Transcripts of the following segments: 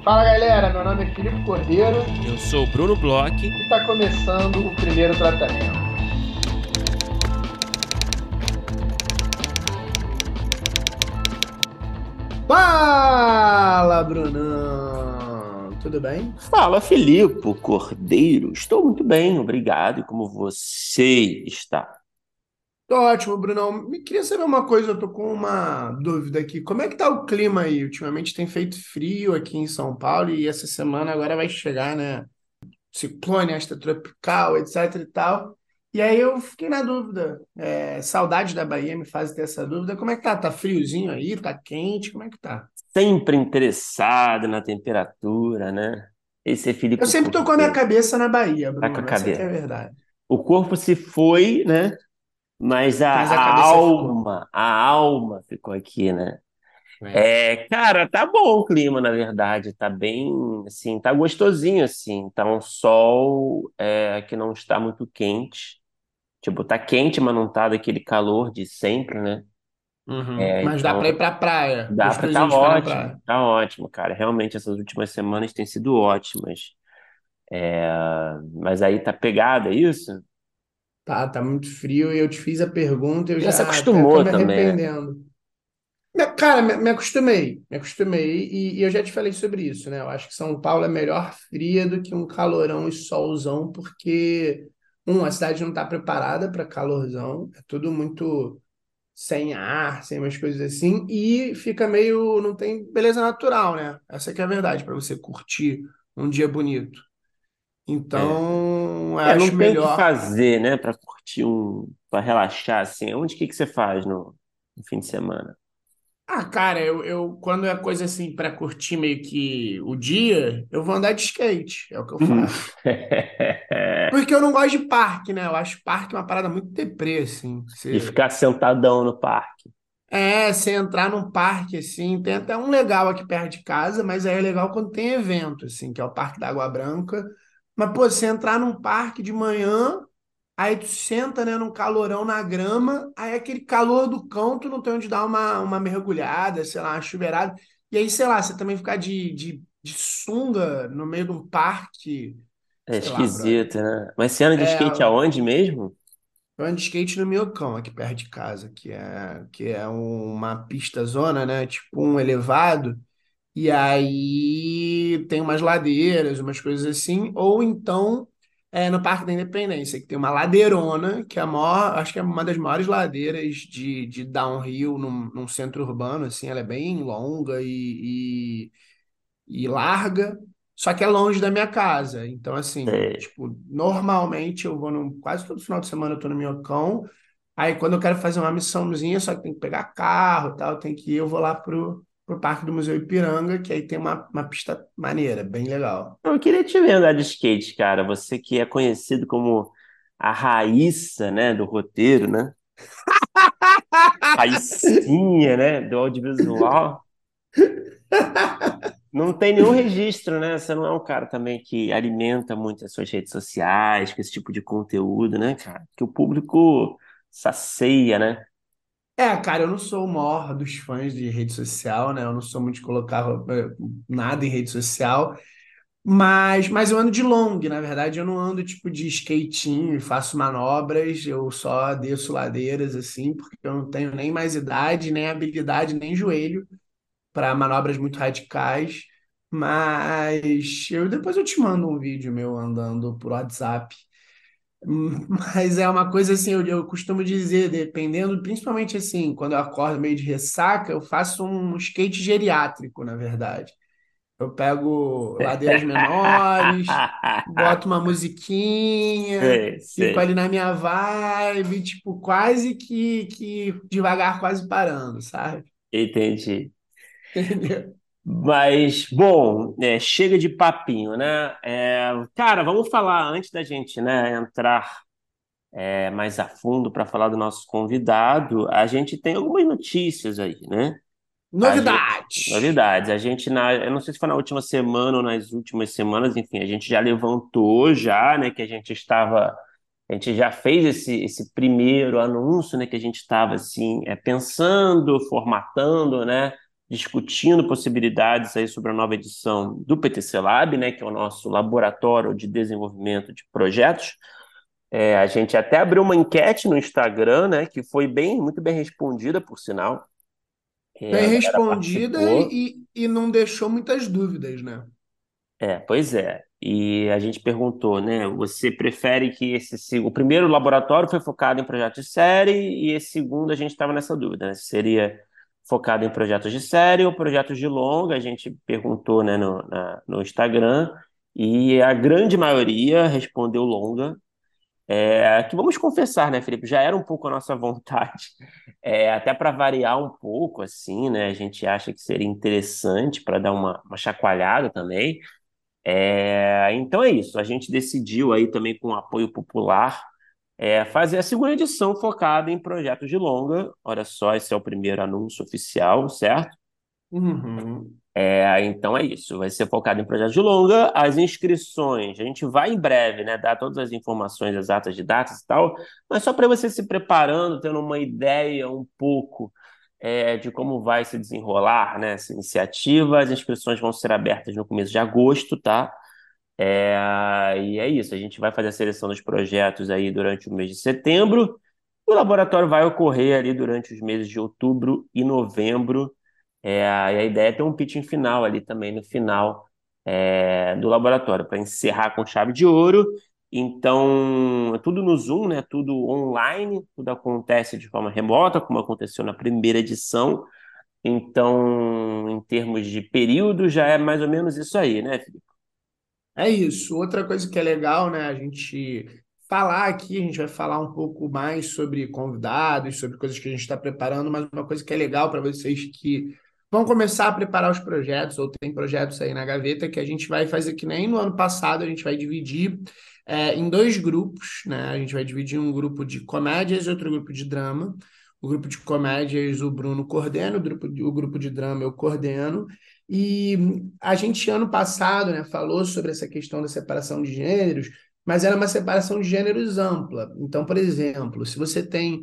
Fala galera, meu nome é Filipe Cordeiro Eu sou o Bruno Bloch. e está começando o primeiro tratamento. Fala, Brunão! Tudo bem? Fala, Filipe Cordeiro. Estou muito bem, obrigado. E como você está? Tô ótimo, Brunão. Me queria saber uma coisa, eu tô com uma dúvida aqui. Como é que tá o clima aí? Ultimamente tem feito frio aqui em São Paulo e essa semana agora vai chegar, né? Ciclone extratropical, etc e tal. E aí eu fiquei na dúvida. Saudade da Bahia me faz ter essa dúvida. Como é que tá? Tá friozinho aí? Tá quente? Como é que tá? Sempre interessado na temperatura, né? Esse é Eu Filipe sempre tô com a minha Cordeiro. cabeça na Bahia, Tá com a Bruno. Essa que é a cabeça. verdade. O corpo se foi, né? Mas a, Mas a a cabeça ficou. alma, a alma ficou aqui, né? É. Cara, tá bom o clima, na verdade. Tá bem, assim, tá gostosinho, assim. Tá um sol que não está muito quente. Tipo, tá quente, mas não tá daquele calor de sempre, né? Uhum. Mas dá pra ir Então, pra praia. dá pra Gostosinho de ficar na praia. tá ótimo, cara. Realmente, essas últimas semanas têm sido ótimas. É, mas aí tá pegada, é isso? Tá muito frio e eu te fiz a pergunta e eu Já se já até tô acostumou me também, né? arrependendo. Cara, me acostumei, e eu já te falei sobre isso, né? Eu acho que São Paulo é melhor fria do que um calorão e solzão, porque, a cidade não está preparada para calorzão, é tudo muito sem ar, sem umas coisas assim, e fica meio, não tem beleza natural, né? Essa que é a verdade, para você curtir um dia bonito. É. Então, eu acho Não tem o que melhor. fazer, né, pra curtir pra relaxar, assim. Onde que você faz no fim de semana? Cara, eu quando é coisa assim para curtir meio que o dia, eu vou andar de skate, é o que eu Hum. faço. Porque eu não gosto de parque, né? Eu acho parque uma parada muito deprê, assim. E ficar sentadão no parque. Você entrar num parque, assim, tem até um legal aqui perto de casa, mas aí é legal quando tem evento, assim, que é o Parque da Água Branca. Mas, pô, você entrar num parque de manhã, aí tu senta, né, num calorão na grama, aí aquele calor do cão, tu não tem onde dar uma mergulhada, sei lá, uma chuveirada. E aí, sei lá, você também ficar de sunga no meio de um parque, É sei lá, brother. esquisito, né? Mas você anda de É, skate aonde mesmo? eu ando de skate no Minhocão, aqui perto de casa, que é uma pista zona, né? Tipo um elevado. E aí tem umas ladeiras, umas coisas assim. Ou então no Parque da Independência, que tem uma ladeirona, que é a maior, acho que é uma das maiores ladeiras de downhill num centro urbano, assim. Ela é bem longa e larga, só que é longe da minha casa. Então, assim, É, tipo, normalmente eu vou quase todo final de semana eu tô no Minhocão. Aí quando eu quero fazer uma missãozinha, só que tem que pegar carro, e tal, tem que ir, eu vou lá pro Parque do Museu Ipiranga, que aí tem uma pista maneira, bem legal. Eu queria te ver andar de skate, cara. Você que é conhecido como a Raíssa, né, do roteiro, né? Raicinha, né, do audiovisual. Não tem nenhum registro, né? Você não é um cara também que alimenta muito as suas redes sociais com esse tipo de conteúdo, né, cara? Que o público sacia, né? Cara, eu não sou o maior dos fãs de rede social, né? Eu não sou muito de colocar nada em rede social. Mas eu ando de long, na verdade, eu não ando tipo de skatinho e faço manobras, eu só desço ladeiras assim, porque eu não tenho nem mais idade, nem habilidade, nem joelho para manobras muito radicais. Mas depois eu te mando um vídeo meu andando por WhatsApp. Mas é uma coisa assim, eu costumo dizer, dependendo, principalmente assim, quando eu acordo meio de ressaca, eu faço um skate geriátrico, na verdade. Eu pego ladeiras menores, boto uma musiquinha, Sei, fico ali sei. na minha vibe, tipo, quase que devagar, quase parando, sabe? Entendi. Entendeu? Mas, bom, chega de papinho, né? Cara, vamos falar antes da gente, né, entrar mais a fundo para falar do nosso convidado. A gente tem algumas notícias aí, né? A gente, Novidades! novidades. Eu não sei se foi na última semana ou nas últimas semanas, enfim, a gente já levantou já, né, que a gente já fez esse primeiro anúncio, né, que a gente estava assim, pensando, formatando, né? discutindo possibilidades aí sobre a nova edição do PTC Lab, né, que é o nosso laboratório de desenvolvimento de projetos. A gente até abriu uma enquete no Instagram, né, que foi muito bem respondida, por sinal. Bem A galera respondida participou. e não deixou muitas dúvidas, né? Pois é. E a gente perguntou, né? Você prefere que o primeiro laboratório foi focado em projetos de série e esse segundo a gente estava nessa dúvida, né? Se seria focado em projetos de série ou projetos de longa? A gente perguntou, né, no Instagram e a grande maioria respondeu longa. Que vamos confessar, né, Felipe? Já era um pouco a nossa vontade, até para variar um pouco, assim, né? A gente acha que seria interessante para dar uma chacoalhada também. Então é isso, a gente decidiu aí também com o apoio popular fazer a segunda edição focada em projetos de longa. Olha só, esse é o primeiro anúncio oficial, certo? Uhum. Então é isso, vai ser focado em projetos de longa. As inscrições, a gente vai em breve, né, dar todas as informações exatas de datas e tal, mas só para você se preparando, tendo uma ideia um pouco de como vai se desenrolar, né, essa iniciativa. As inscrições vão ser abertas no começo de agosto, tá? E é isso, a gente vai fazer a seleção dos projetos aí durante o mês de setembro. O laboratório vai ocorrer ali durante os meses de outubro e novembro. E a ideia é ter um pitching final ali também no final do laboratório, para encerrar com chave de ouro. Então, é tudo no Zoom, né? Tudo online, tudo acontece de forma remota, como aconteceu na primeira edição. Então, em termos de período, já é mais ou menos isso aí, né, Felipe? É isso. Outra coisa que é legal, né, a gente falar aqui, a gente vai falar um pouco mais sobre convidados, sobre coisas que a gente está preparando, mas uma coisa que é legal para vocês que vão começar a preparar os projetos, ou tem projetos aí na gaveta, que a gente vai fazer que nem no ano passado, a gente vai dividir em dois grupos, né? A gente vai dividir um grupo de comédias e outro grupo de drama. O grupo de comédias o Bruno coordena, o grupo de drama eu coordeno. E a gente, ano passado, né, falou sobre essa questão da separação de gêneros, mas era uma separação de gêneros ampla. Então, por exemplo, se você tem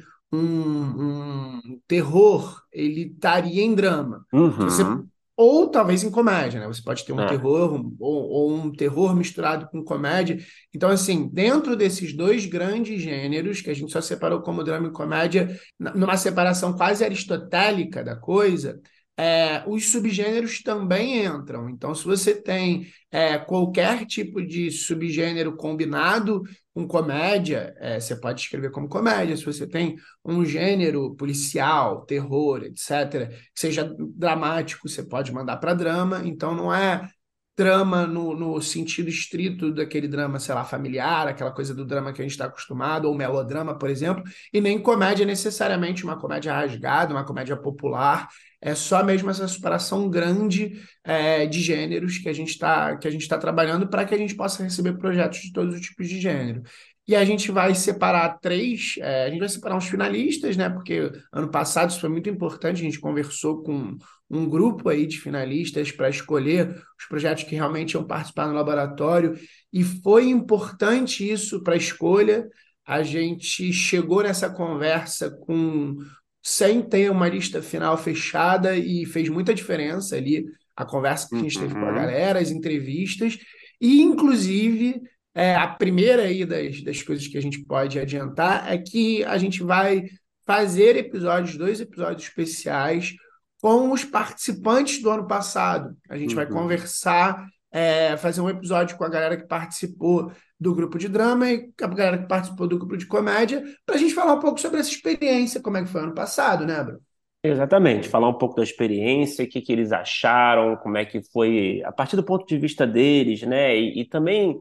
um terror, ele estaria em drama. Se você, Uhum. ou talvez em comédia, né? Você pode ter um É. terror ou um terror misturado com comédia. Então, assim, dentro desses dois grandes gêneros, que a gente só separou como drama e comédia, numa separação quase aristotélica da coisa, os subgêneros também entram. Então, se você tem qualquer tipo de subgênero combinado com comédia, você pode escrever como comédia. Se você tem um gênero policial, terror, etc., que seja dramático, você pode mandar para drama. Então, não é drama no sentido estrito daquele drama, sei lá, familiar, aquela coisa do drama que a gente está acostumado, ou melodrama, por exemplo, e nem comédia necessariamente uma comédia rasgada, uma comédia popular. É só mesmo essa separação grande de gêneros que a gente tá trabalhando para que a gente possa receber projetos de todos os tipos de gênero. E a gente vai separar a gente vai separar uns finalistas, né? Porque ano passado isso foi muito importante, a gente conversou com um grupo aí de finalistas para escolher os projetos que realmente iam participar no laboratório, e foi importante isso para a escolha. A gente chegou nessa conversa sem ter uma lista final fechada e fez muita diferença ali a conversa que a gente teve com a Uhum. galera, as entrevistas, e inclusive a primeira aí das coisas que a gente pode adiantar é que a gente vai fazer dois episódios especiais com os participantes do ano passado. A gente vai Uhum. conversar, fazer um episódio com a galera que participou do grupo de drama e com a galera que participou do grupo de comédia, para a gente falar um pouco sobre essa experiência, como é que foi ano passado, né, Bruno? Exatamente, falar um pouco da experiência, o que que eles acharam, como é que foi, a partir do ponto de vista deles, né? E também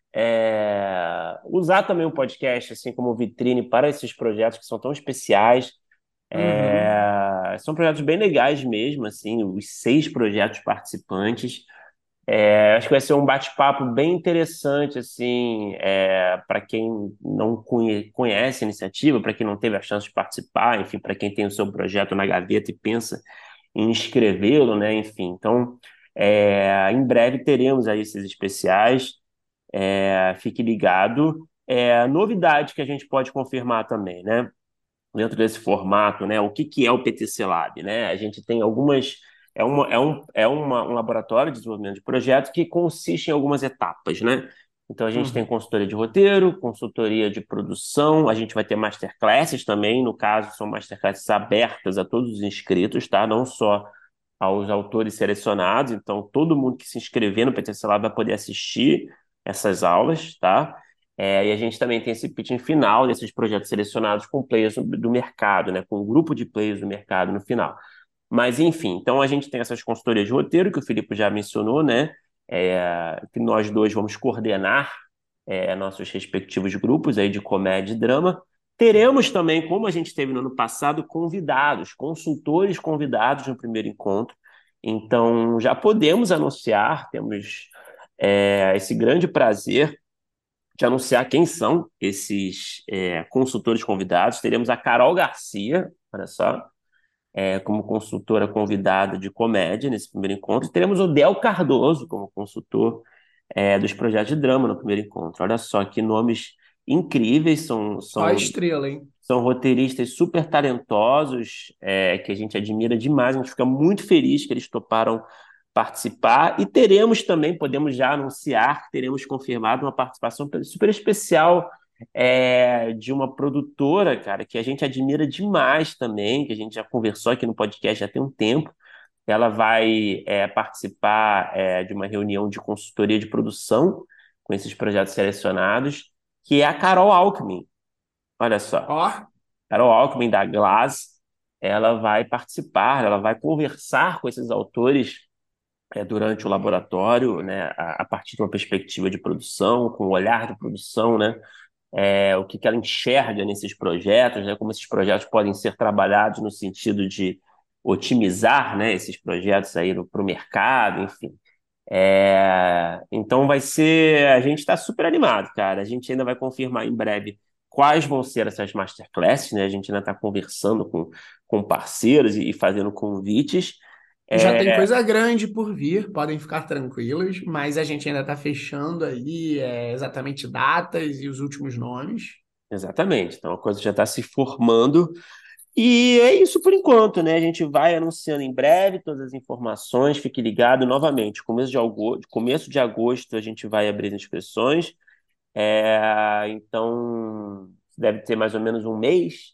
usar também o podcast assim como vitrine para esses projetos que são tão especiais. Uhum. São projetos bem legais mesmo, assim, os 6 projetos participantes. Acho que vai ser um bate-papo bem interessante, assim, para quem não conhece a iniciativa, para quem não teve a chance de participar, enfim, para quem tem o seu projeto na gaveta e pensa em inscrevê-lo, né? Enfim, então, em breve teremos aí esses especiais. Fique ligado. Novidade que a gente pode confirmar também, né? Dentro desse formato, né? O que que é o PTC Lab, né? A gente tem algumas um laboratório de desenvolvimento de projeto que consiste em algumas etapas, né? Então, a gente tem Uhum. consultoria de roteiro, consultoria de produção, a gente vai ter masterclasses também, no caso, são masterclasses abertas a todos os inscritos, tá? Não só aos autores selecionados, então todo mundo que se inscrever no PTC Lab vai poder assistir essas aulas, tá? E a gente também tem esse pitching final desses projetos selecionados com players do mercado, né? Com um grupo de players do mercado no final. Mas, enfim, então a gente tem essas consultorias de roteiro, que o Felipe já mencionou, né? Que nós dois vamos coordenar nossos respectivos grupos aí de comédia e drama. Teremos também, como a gente teve no ano passado, convidados, consultores convidados no primeiro encontro. Então, já podemos anunciar, temos esse grande prazer de anunciar quem são esses consultores convidados. Teremos a Carol Garcia, olha só, como consultora convidada de comédia nesse primeiro encontro. Teremos o Del Cardoso como consultor dos projetos de drama no primeiro encontro. Olha só que nomes incríveis, Só estrela, hein? são roteiristas super talentosos, que a gente admira demais, a gente fica muito feliz que eles toparam participar, e teremos também, podemos já anunciar, que teremos confirmado uma participação super especial de uma produtora, cara, que a gente admira demais também, que a gente já conversou aqui no podcast já tem um tempo. Ela vai participar de uma reunião de consultoria de produção com esses projetos selecionados, que é a Carol Alckmin. Olha só, Ó, Carol Alckmin da Glass, ela vai participar, ela vai conversar com esses autores durante o laboratório, né, a partir de uma perspectiva de produção, com o olhar de produção, né, o que ela enxerga nesses projetos, né, como esses projetos podem ser trabalhados no sentido de otimizar, né, esses projetos aí para o mercado, enfim. Então vai ser. A gente está super animado, cara. A gente ainda vai confirmar em breve quais vão ser essas masterclasses, né? A gente ainda está conversando com parceiros e fazendo convites. já tem É, coisa grande por vir, podem ficar tranquilos, mas a gente ainda está fechando aí exatamente datas e os últimos nomes. exatamente. Então a coisa já está se formando. E é isso por enquanto, né? A gente vai anunciando em breve todas as informações. Fique ligado novamente. Começo de agosto a gente vai abrir as inscrições. Então deve ter mais ou menos um mês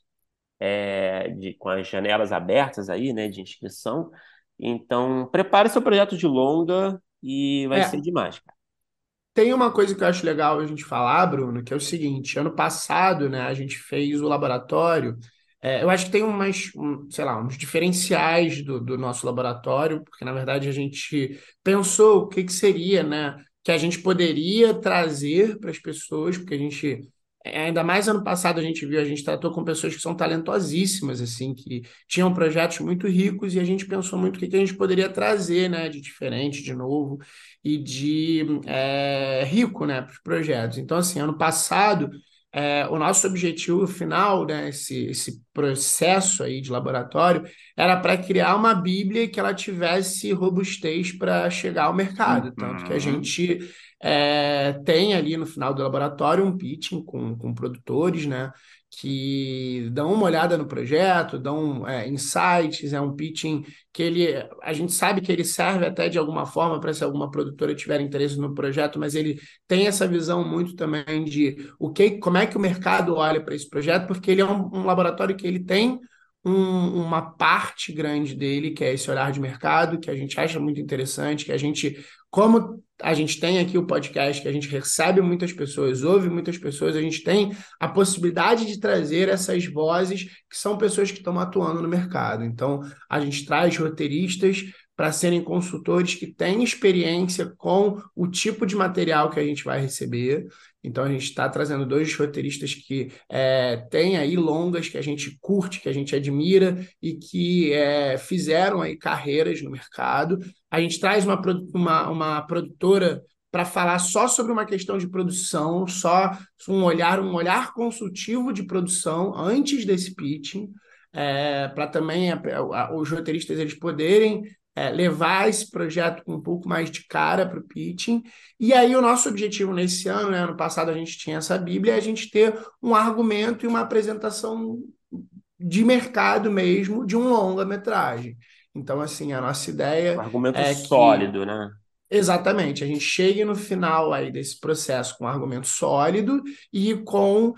com as janelas abertas aí, né, de inscrição. Então prepare seu projeto de longa e vai ser É, demais, cara. tem uma coisa que eu acho legal a gente falar, Bruno, que é o seguinte: ano passado, né, a gente fez o laboratório. Eu acho que tem sei lá, uns diferenciais do nosso laboratório, porque na verdade a gente pensou o que que seria, né, que a gente poderia trazer para as pessoas, porque a gente, ainda mais ano passado a gente viu, a gente tratou com pessoas que são talentosíssimas, assim, que tinham projetos muito ricos, e a gente pensou muito o que que a gente poderia trazer, né, de diferente, de novo e de rico, né, para os projetos. Então, assim, ano passado, o nosso objetivo final, né, esse processo aí de laboratório, era para criar uma Bíblia que ela tivesse robustez para chegar ao mercado. Tanto que a Uhum. gente tem ali no final do laboratório um pitching com produtores, né? Que dão uma olhada no projeto, dão insights, é um pitching que a gente sabe que ele serve até de alguma forma para se alguma produtora tiver interesse no projeto, mas ele tem essa visão muito também de como é que o mercado olha para esse projeto, porque ele é um laboratório que ele tem uma parte grande dele, que é esse olhar de mercado, que a gente acha muito interessante, que a gente, como a gente tem aqui o podcast, que a gente recebe muitas pessoas, ouve muitas pessoas, a gente tem a possibilidade de trazer essas vozes que são pessoas que estão atuando no mercado. Então, a gente traz roteiristas para serem consultores que têm experiência com o tipo de material que a gente vai receber. Então, a gente está trazendo dois roteiristas que têm aí longas que a gente curte, que a gente admira e que fizeram aí carreiras no mercado. A gente traz uma produtora para falar só sobre uma questão de produção, só um olhar consultivo de produção antes desse pitching, para também os roteiristas eles poderem levar esse projeto com um pouco mais de cara para o pitching. E aí o nosso objetivo nesse ano, né, ano passado a gente tinha essa Bíblia, é a gente ter um argumento e uma apresentação de mercado mesmo de um longa-metragem. Então, assim, a nossa Um ideia argumento é que sólido, né? exatamente, a gente chegue no final aí desse processo com um argumento sólido e com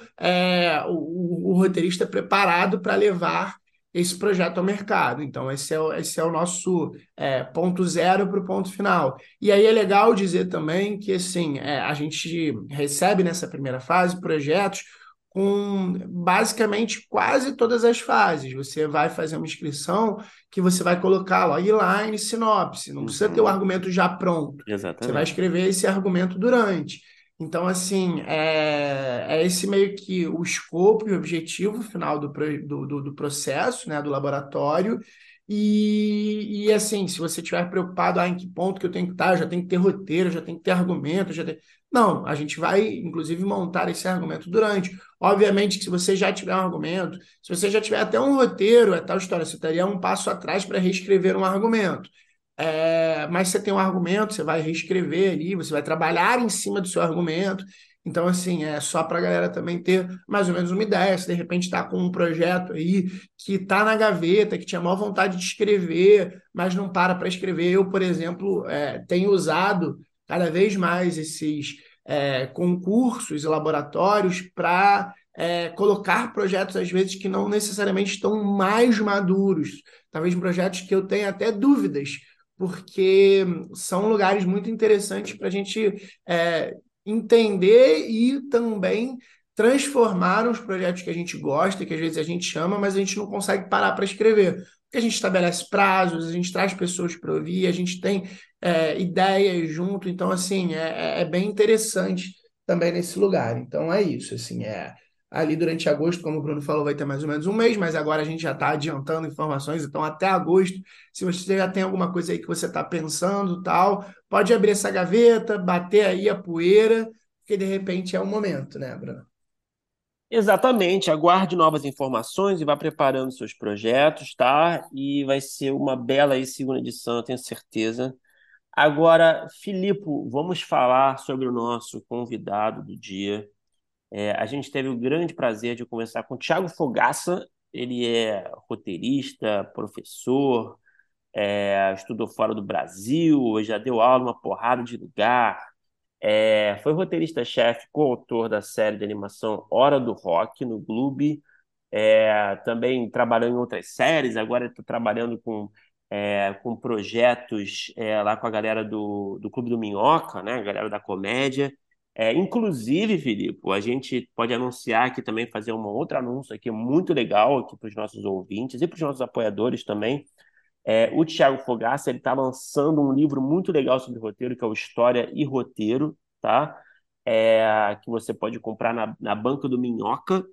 o roteirista preparado para levar esse projeto ao mercado. Então, esse é o nosso ponto zero para o ponto final. E aí é legal dizer também que assim, a gente recebe nessa primeira fase projetos com basicamente quase todas as fases. Você vai fazer uma inscrição que você vai colocar logline, sinopse. Não precisa ter o Uhum, argumento já pronto. Você vai exatamente. escrever esse argumento durante. Então, assim, é esse meio que o escopo e o objetivo final do processo, né, do laboratório. Assim, se você estiver preocupado, em que ponto que eu tenho que estar, já tem que ter roteiro, já tem que ter argumento, já tem... Não, a gente vai, inclusive, montar esse argumento durante. Obviamente que se você já tiver um argumento, se você já tiver até um roteiro, é tal história, você teria um passo atrás para reescrever um argumento. Mas você tem um argumento, você vai reescrever ali, você vai trabalhar em cima do seu argumento. Então, assim, é só para a galera também ter mais ou menos uma ideia. Se de repente está com um projeto aí que está na gaveta, que tinha maior vontade de escrever, mas não para escrever. Eu, por exemplo, tenho usado cada vez mais esses concursos e laboratórios para colocar projetos, às vezes, que não necessariamente estão mais maduros. Talvez projetos que eu tenha até dúvidas, porque são lugares muito interessantes para a gente entender e também transformar os projetos que a gente gosta, que às vezes a gente chama, mas a gente não consegue parar para escrever. Porque a gente estabelece prazos, a gente traz pessoas para ouvir, a gente tem ideias junto, então, assim, é bem interessante também nesse lugar. Então, é isso, assim, ali durante agosto, como o Bruno falou, vai ter mais ou menos um mês, mas agora a gente já está adiantando informações, então até agosto, se você já tem alguma coisa aí que você está pensando, tal, pode abrir essa gaveta, bater aí a poeira, porque de repente é o momento, né, Bruno? Exatamente, aguarde novas informações e vá preparando seus projetos, tá? E vai ser uma bela aí segunda edição, eu tenho certeza. Agora, Filipe, vamos falar sobre o nosso convidado do dia. A gente teve o grande prazer de conversar com o Thiago Fogaça. Ele é roteirista, professor, estudou fora do Brasil, já deu aula em uma porrada de lugar. Foi roteirista-chefe, coautor da série de animação Hora do Rock no Gloob. Também trabalhou em outras séries, agora está trabalhando com projetos lá com a galera do Clube do Minhoca, né? A galera da comédia. Inclusive, Filipe, a gente pode anunciar aqui também, fazer um outro anúncio aqui muito legal aqui para os nossos ouvintes e para os nossos apoiadores também. O Thiago Fogaça, ele está lançando um livro muito legal sobre roteiro, que é o História e Roteiro, tá? Que você pode comprar na Banca do Minhoca,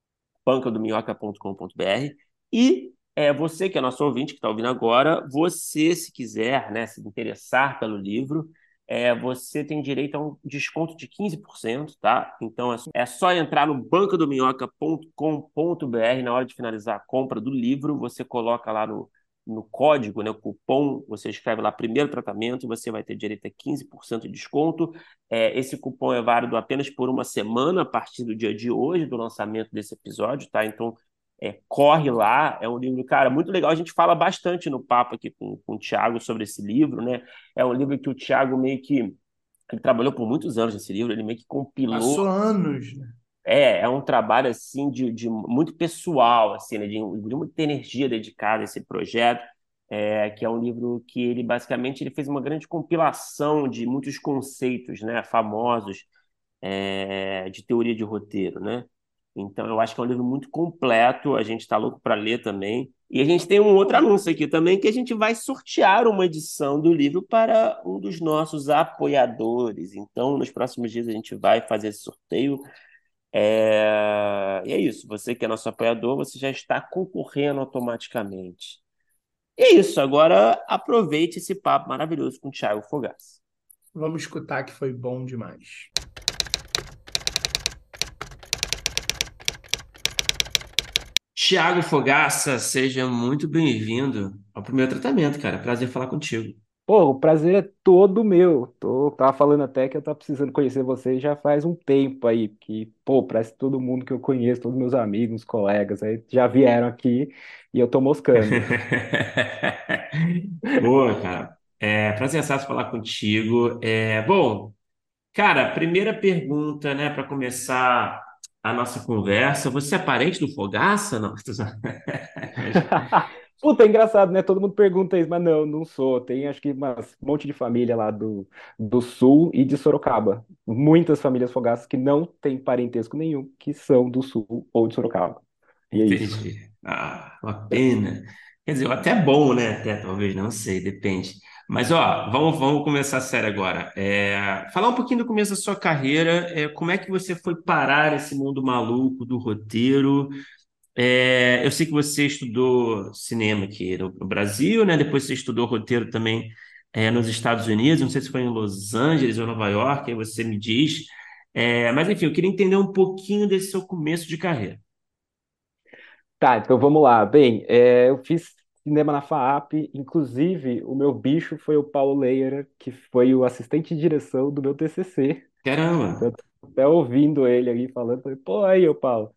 bancadominhoca.com.br. E você, que é nosso ouvinte, que está ouvindo agora, você, se quiser, né, se interessar pelo livro, você tem direito a um desconto de 15%, tá? Então é só entrar no bancadominhoca.com.br na hora de finalizar a compra do livro, você coloca lá no código, né, o cupom, você escreve lá primeiro tratamento e você vai ter direito a 15% de desconto. Esse cupom é válido apenas por uma semana a partir do dia de hoje, do lançamento desse episódio, tá? Então, corre lá. É um livro, cara, muito legal. A gente fala bastante no papo aqui com o Thiago sobre esse livro, né? É um livro que o Thiago meio que... Ele trabalhou por muitos anos nesse livro, ele meio que compilou. Passou anos, né? É um trabalho, assim, de muito pessoal, assim, né? De muita energia dedicada a esse projeto. Que é um livro que ele basicamente ele fez uma grande compilação de muitos conceitos, né, famosos, de teoria de roteiro, né? Então eu acho que é um livro muito completo, a gente está louco para ler também. E a gente tem um outro anúncio aqui também, que a gente vai sortear uma edição do livro para um dos nossos apoiadores. Então, nos próximos dias a gente vai fazer esse sorteio. E é isso, você que é nosso apoiador, você já está concorrendo automaticamente. E é isso, agora aproveite esse papo maravilhoso com o Thiago Fogaça. Vamos escutar que foi bom demais. Thiago Fogaça, seja muito bem-vindo ao primeiro tratamento, cara. Prazer falar contigo. Pô, o prazer é todo meu. Tava falando até que eu tava precisando conhecer vocês já faz um tempo aí, porque, pô, parece que todo mundo que eu conheço, todos meus amigos, colegas aí já vieram aqui e eu tô moscando. Boa, cara. Prazer falar contigo. Bom, cara, primeira pergunta, né, para começar a nossa conversa. Você é parente do Fogaça? Não. Puta, é engraçado, né? Todo mundo pergunta isso, mas não, não sou. Tem acho que um monte de família lá do sul e de Sorocaba. Muitas famílias fogaças que não têm parentesco nenhum, que são do sul ou de Sorocaba. E é isso. Entendi. Ah, uma pena. Quer dizer, até bom, né? Até talvez, não sei, depende. Mas, ó, vamos começar sério agora. Falar um pouquinho do começo da sua carreira. Como é que você foi parar nesse mundo maluco do roteiro? Eu sei que você estudou cinema aqui no Brasil, né? Depois você estudou roteiro também nos Estados Unidos. Não sei se foi em Los Angeles ou Nova York, aí você me diz. Mas, enfim, eu queria entender um pouquinho desse seu começo de carreira. Tá, então vamos lá. Bem, eu fiz cinema na FAAP, inclusive o meu bicho foi o Paulo Leyer, que foi o assistente de direção do meu TCC. Então, Caramba! eu tô até ouvindo ele aí falando, falei, pô, aí, ô Paulo.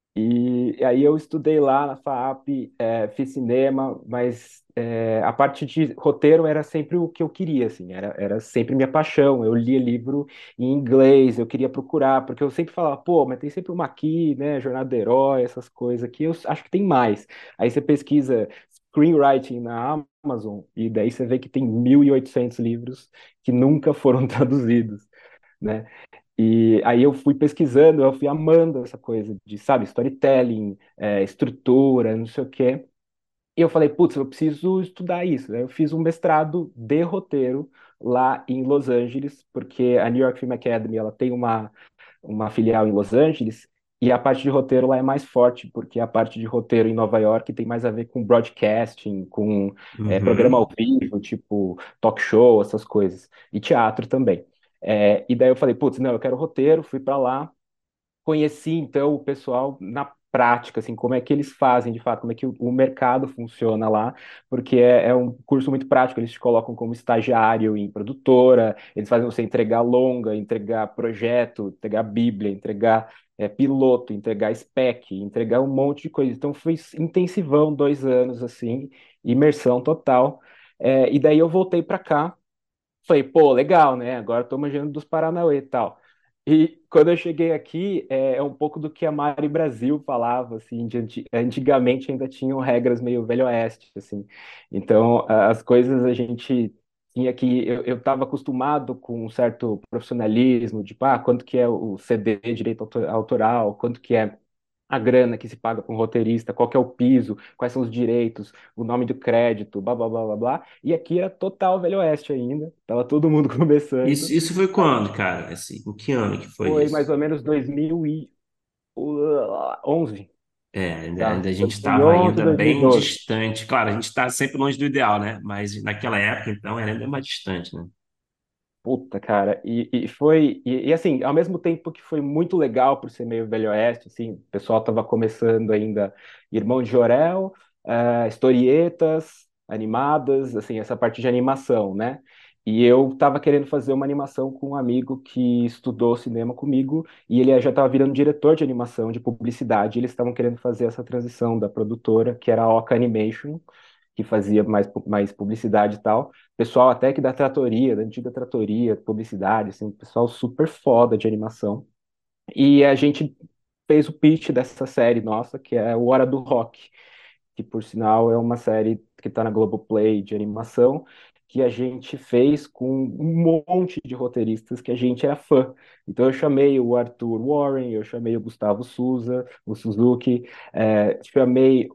E aí eu estudei lá na FAAP, fiz cinema, mas a parte de roteiro era sempre o que eu queria, assim, era sempre minha paixão. Eu lia livro em inglês, eu queria procurar, porque eu sempre falava, pô, mas tem sempre uma aqui, né, Jornada do Herói, essas coisas aqui, eu acho que tem mais. Aí você pesquisa screenwriting na Amazon, e daí você vê que tem 1.800 livros que nunca foram traduzidos, né? E aí eu fui pesquisando, eu fui amando essa coisa de, sabe, storytelling, estrutura, não sei o quê. E eu falei, putz, eu preciso estudar isso. Aí eu fiz um mestrado de roteiro lá em Los Angeles, porque a New York Film Academy, ela tem uma filial em Los Angeles, e a parte de roteiro lá é mais forte, porque a parte de roteiro em Nova York tem mais a ver com broadcasting, com programa ao Uhum. vivo, tipo talk show, essas coisas, e teatro também. E daí eu falei, putz, não, eu quero roteiro, fui para lá, conheci então o pessoal na prática, assim, como é que eles fazem de fato, como é que o mercado funciona lá, porque é um curso muito prático, eles te colocam como estagiário em produtora, eles fazem você entregar longa, entregar projeto, entregar bíblia, entregar piloto, entregar spec, entregar um monte de coisa. Então foi intensivão, 2 anos, assim, imersão total. E daí eu voltei para cá. Falei, pô, legal, né? Agora tô manjando dos Paranauê e tal. E quando eu cheguei aqui, é um pouco do que a Mari Brasil falava, assim, antigamente ainda tinham regras meio Velho Oeste, assim. Então, as coisas a gente tinha que... Eu estava acostumado com um certo profissionalismo, tipo, quanto que é o CD, direito autoral, quanto que é a grana que se paga para um roteirista, qual que é o piso, quais são os direitos, o nome do crédito, blá, blá, blá, blá, blá. E aqui era total Velho Oeste ainda, tava todo mundo Isso, começando. isso foi quando, cara? Assim, em que ano que foi Foi mais isso? ou menos 2011, Ainda tá? a gente estava 2011, ainda bem 2012. distante. Claro, a gente está sempre longe do ideal, né? Mas naquela época, então, era ainda mais distante, né? Puta, cara, e assim, ao mesmo tempo que foi muito legal por ser meio Velho Oeste, assim, o pessoal tava começando ainda Irmão de Jorel, historietas animadas, assim, essa parte de animação, né? E eu tava querendo fazer uma animação com um amigo que estudou cinema comigo, e ele já tava virando diretor de animação, de publicidade, e eles estavam querendo fazer essa transição da produtora, que era a Oca Animation, que fazia mais publicidade e tal, pessoal até que da tratoria, da antiga tratoria, publicidade, assim, pessoal super foda de animação. E a gente fez o pitch dessa série nossa, que é o Hora do Rock, que por sinal é uma série que está na Globoplay de animação, que a gente fez com um monte de roteiristas que a gente era fã. Então eu chamei o Arthur Warren, eu chamei o Gustavo Souza, o Suzuki, chamei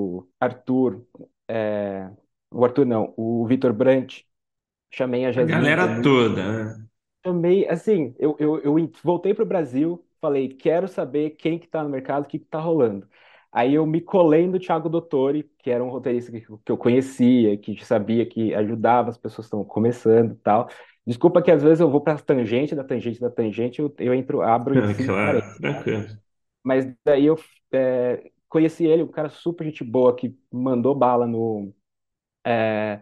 é, o Arthur não, o Vitor Brandt, chamei a A Jasmine galera Zanussi, toda, né? chamei, assim, eu voltei para o Brasil, falei, quero saber quem que tá no mercado, o que que tá rolando. Aí eu me colei no Thiago Dottori, que era um roteirista que eu conhecia, que sabia que ajudava as pessoas que estão começando e tal. Desculpa que às vezes eu vou para tangente, da tangente, da tangente, eu entro, abro em cinco Claro, parênteses, tá? tranquilo. Mas daí eu conheci ele, um cara super gente boa, que mandou bala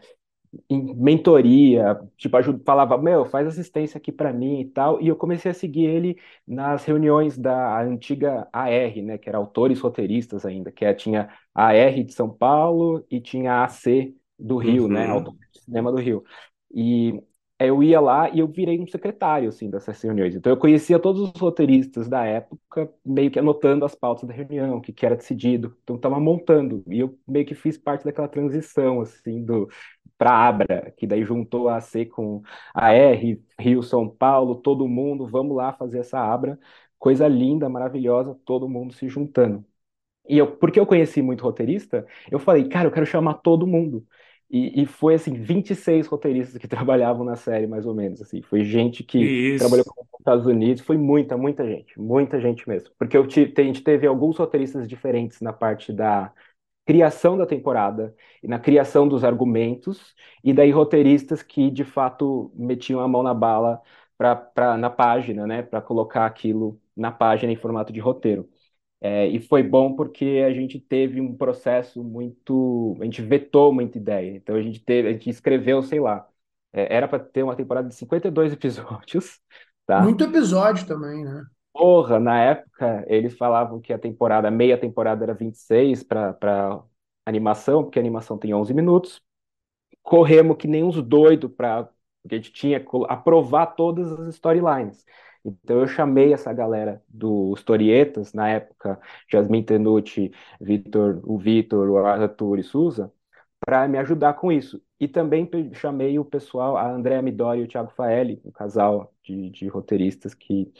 em mentoria, tipo, falava, meu, faz assistência aqui para mim e tal, e eu comecei a seguir ele nas reuniões da antiga AR, né, que era autores roteiristas ainda, tinha a AR de São Paulo e tinha a AC do Rio, né, Uhum. Autores de Cinema do Rio. E eu ia lá e eu virei um secretário, assim, dessas reuniões. Então eu conhecia todos os roteiristas da época, meio que anotando as pautas da reunião, o que que era decidido. Então estava montando, e eu meio que fiz parte daquela transição, assim, do para Abra, que daí juntou a AC com a R, Rio, São Paulo, todo mundo, vamos lá fazer essa Abra. Coisa linda, maravilhosa, todo mundo se juntando. E eu, porque eu conheci muito roteirista, eu falei, cara, eu quero chamar todo mundo. E foi assim, 26 roteiristas que trabalhavam na série, mais ou menos. Assim. Foi gente Que que trabalhou isso. com os Estados Unidos, foi muita gente mesmo. Porque a gente teve alguns roteiristas diferentes na parte da criação da temporada e na criação dos argumentos, e daí roteiristas que de fato metiam a mão na bala na página, né, para colocar aquilo na página em formato de roteiro. E foi bom porque a gente teve um processo muito, a gente vetou muita ideia. Então a gente escreveu, sei lá, era para ter uma temporada de 52 episódios, tá? Muito episódio também, né? Porra, na época eles falavam que a meia temporada era 26 para animação, porque a animação tem 11 minutos. Corremos que nem uns doidos para porque a gente tinha que aprovar todas as storylines. Então eu chamei essa galera dos historietas, na época, Jasmine Tenucci, o Vitor, o Arthur e Souza, para me ajudar com isso. E também chamei o pessoal, a Andrea Midori e o Thiago Faelli, um casal de roteiristas que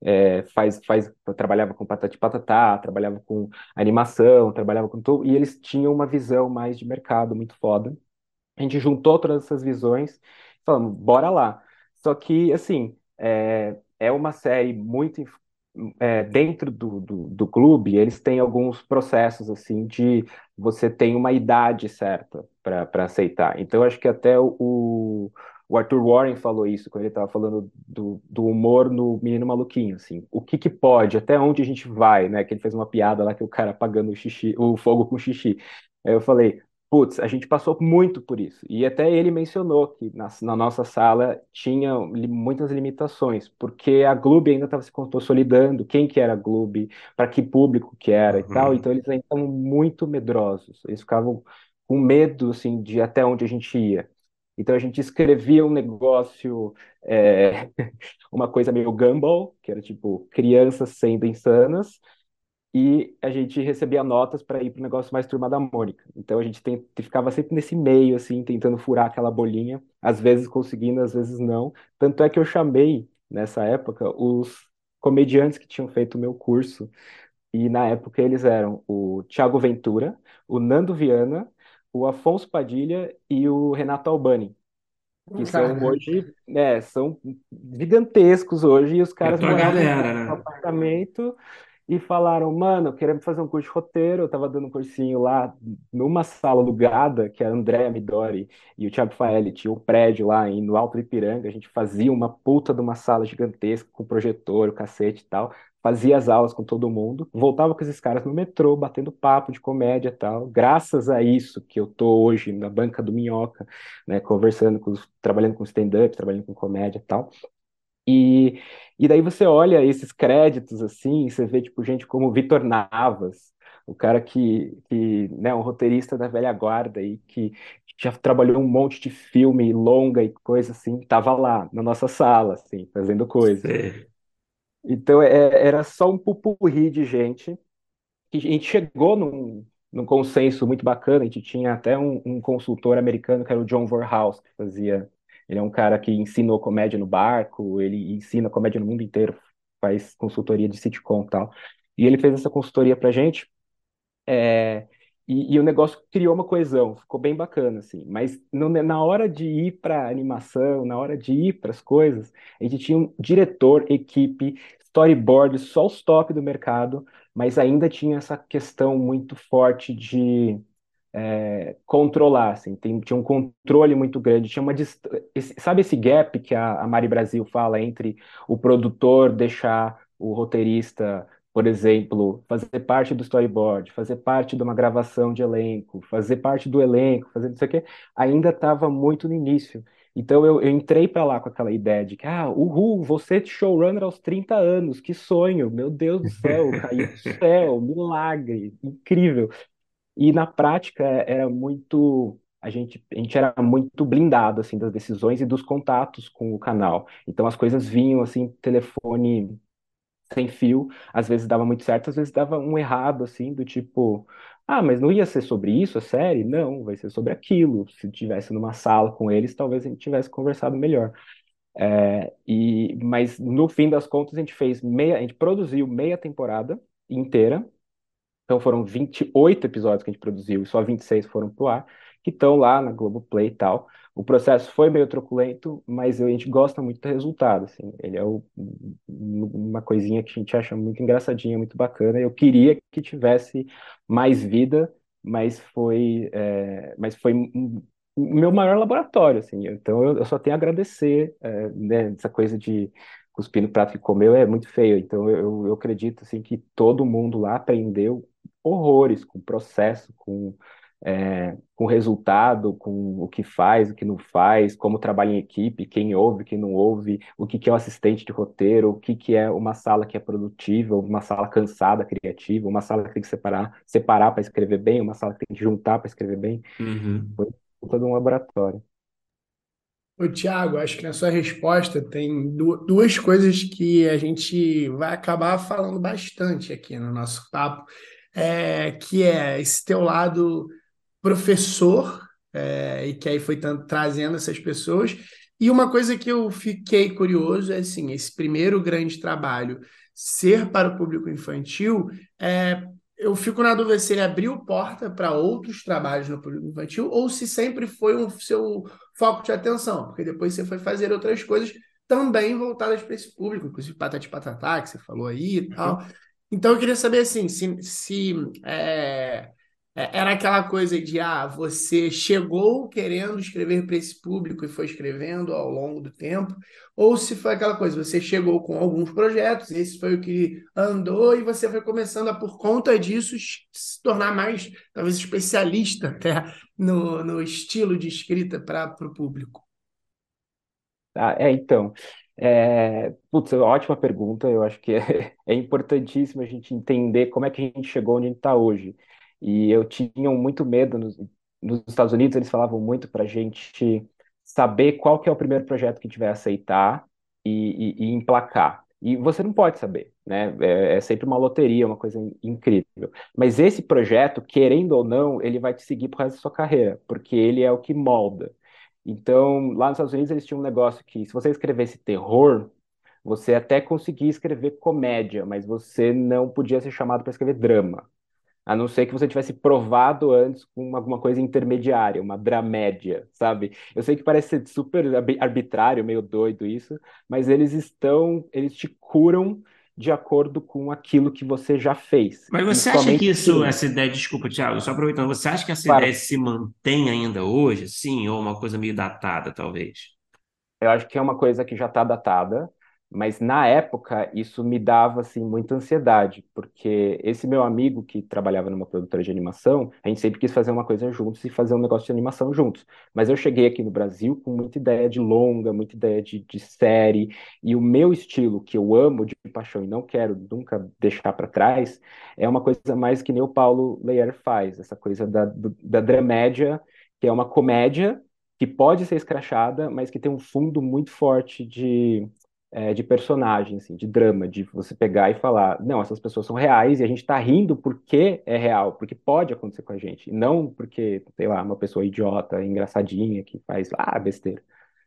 trabalhava com Patati Patatá, trabalhava com animação, trabalhava com tudo, e eles tinham uma visão mais de mercado muito foda. A gente juntou todas essas visões e falamos, bora lá. Só que, assim, é uma série muito. Dentro do clube, eles têm alguns processos, assim, de você tem uma idade certa para aceitar. Então, acho que até o Arthur Warren falou isso quando ele estava falando do humor no Menino Maluquinho, assim. O que que pode, até onde a gente vai, né? Que ele fez uma piada lá que o cara apagando o fogo com xixi. Aí eu falei, putz, a gente passou muito por isso. E até ele mencionou que na nossa sala tinha muitas limitações, porque a Gloob ainda estava se consolidando, quem que era a Gloob, para que público que era e tal. Uhum. Então eles ainda estavam muito medrosos. Eles ficavam com medo, assim, de até onde a gente ia. Então a gente escrevia um negócio, uma coisa meio Gumball, que era tipo crianças sendo insanas, e a gente recebia notas para ir para o negócio mais Turma da Mônica. Então a gente ficava sempre nesse meio, assim, tentando furar aquela bolinha, às vezes conseguindo, às vezes não. Tanto é que eu chamei, nessa época, os comediantes que tinham feito o meu curso, e na época eles eram o Thiago Ventura, o Nando Viana, o Afonso Padilha e o Renato Albani, que são Caraca. hoje, né, são gigantescos hoje, e os É a caras tua moravam galera, no né? apartamento e falaram, mano, queremos fazer um curso de roteiro. Eu tava dando um cursinho lá numa sala alugada, que a Andrea Midori e o Thiago Faelli tinha um prédio lá no Alto do Ipiranga. A gente fazia uma puta de uma sala gigantesca com projetor, o cacete e tal. Fazia as aulas com todo mundo, voltava com esses caras no metrô, batendo papo de comédia e tal. Graças a isso que eu tô hoje na banca do Minhoca, né, conversando trabalhando com stand-up, trabalhando com comédia e tal. E, e daí você olha esses créditos assim, você vê tipo gente como Vitor Navas, o cara né, um roteirista da velha guarda e que já trabalhou um monte de filme longa e coisa assim, tava lá na nossa sala assim, fazendo coisa. Sei. Então era só um pupurri de gente que a gente chegou num consenso muito bacana. A gente tinha até um consultor americano que era o John Verhouse, que fazia. Ele é um cara que ensinou comédia no barco, ele ensina comédia no mundo inteiro, faz consultoria de sitcom e tal. E ele fez essa consultoria pra gente, é, e o negócio criou uma coesão, ficou bem bacana, assim. Mas na hora de ir para animação, na hora de ir para as coisas, a gente tinha um diretor, equipe, storyboard, só os top do mercado, mas ainda tinha essa questão muito forte de controlar, assim. Tinha um controle muito grande, tinha sabe esse gap que a Mari Brasil fala entre o produtor deixar o roteirista Por exemplo, fazer parte do storyboard, fazer parte de uma gravação de elenco, fazer parte do elenco, fazer não sei o quê, ainda estava muito no início. Então eu entrei para lá com aquela ideia de que, uhul, vou ser showrunner aos 30 anos, que sonho, meu Deus do céu, caiu do céu, milagre, incrível. E na prática era muito. A gente era muito blindado assim das decisões e dos contatos com o canal. Então as coisas vinham assim, telefone sem fio, às vezes dava muito certo, às vezes dava um errado assim, do tipo, mas não ia ser sobre isso a série? Não, vai ser sobre aquilo. Se tivesse numa sala com eles, talvez a gente tivesse conversado melhor. Mas no fim das contas a gente produziu meia temporada inteira. Então foram 28 episódios que a gente produziu e só 26 foram pro ar, que estão lá na Globoplay e tal. O processo foi meio truculento, mas a gente gosta muito do resultado, assim. Ele é uma coisinha que a gente acha muito engraçadinha, muito bacana. Eu queria que tivesse mais vida, mas foi o meu maior laboratório, assim. Então eu só tenho a agradecer, né, essa coisa de cuspir no prato que comeu é muito feio. Então eu acredito assim que todo mundo lá aprendeu horrores com o processo, com o resultado, com o que faz, o que não faz, como trabalha em equipe, quem ouve, quem não ouve, o que que é um assistente de roteiro, o que que é uma sala que é produtiva, uma sala cansada, criativa, uma sala que tem que separar para escrever bem, uma sala que tem que juntar para escrever bem. Uhum. Foi todo um laboratório. Ô, Tiago, acho que na sua resposta tem duas coisas que a gente vai acabar falando bastante aqui no nosso papo, que é esse teu lado professor, e que aí foi trazendo essas pessoas. E uma coisa que eu fiquei curioso é assim, esse primeiro grande trabalho ser para o público infantil, eu fico na dúvida se ele abriu porta para outros trabalhos no público infantil ou se sempre foi um seu foco de atenção, porque depois você foi fazer outras coisas também voltadas para esse público, inclusive Patati Patatá, que você falou aí e Uhum. tal. Então eu queria saber assim, se era aquela coisa de, você chegou querendo escrever para esse público e foi escrevendo ao longo do tempo, ou se foi aquela coisa, você chegou com alguns projetos, esse foi o que andou e você foi começando a, por conta disso, se tornar mais, talvez, especialista até no estilo de escrita para o público. Então, putz, ótima pergunta. Eu acho que é importantíssimo a gente entender como é que a gente chegou onde a gente está hoje. E eu tinha muito medo nos Estados Unidos, eles falavam muito para a gente saber qual que é o primeiro projeto que a gente vai aceitar e emplacar. E você não pode saber, né? É sempre uma loteria, uma coisa incrível. Mas esse projeto, querendo ou não, ele vai te seguir pro resto da sua carreira, porque ele é o que molda. Então, lá nos Estados Unidos, eles tinham um negócio que, se você escrevesse terror, você até conseguia escrever comédia, mas você não podia ser chamado para escrever drama. A não ser que você tivesse provado antes com alguma coisa intermediária, uma dramédia, sabe? Eu sei que parece ser super arbitrário, meio doido isso, mas eles te curam de acordo com aquilo que você já fez. Mas E você acha que somente isso, aquilo. essa ideia, desculpa, Thiago, só aproveitando, você acha que essa ideia Claro, se mantém ainda hoje, sim, ou uma coisa meio datada, talvez? eu acho que é uma coisa que já está datada, mas na época isso me dava assim muita ansiedade, porque esse meu amigo que trabalhava numa produtora de animação, a gente sempre quis fazer uma coisa juntos e fazer um negócio de animação juntos. Mas eu cheguei aqui no Brasil com muita ideia de longa, muita ideia de série, e o meu estilo, que eu amo de paixão e não quero nunca deixar para trás, é uma coisa mais que nem o Paulo Leyer faz, essa coisa da dramédia, que é uma comédia que pode ser escrachada, mas que tem um fundo muito forte de personagem, assim, de drama, de você pegar e falar, não, essas pessoas são reais e a gente tá rindo porque é real, porque pode acontecer com a gente, e não porque, sei lá, uma pessoa idiota, engraçadinha, que faz, besteira.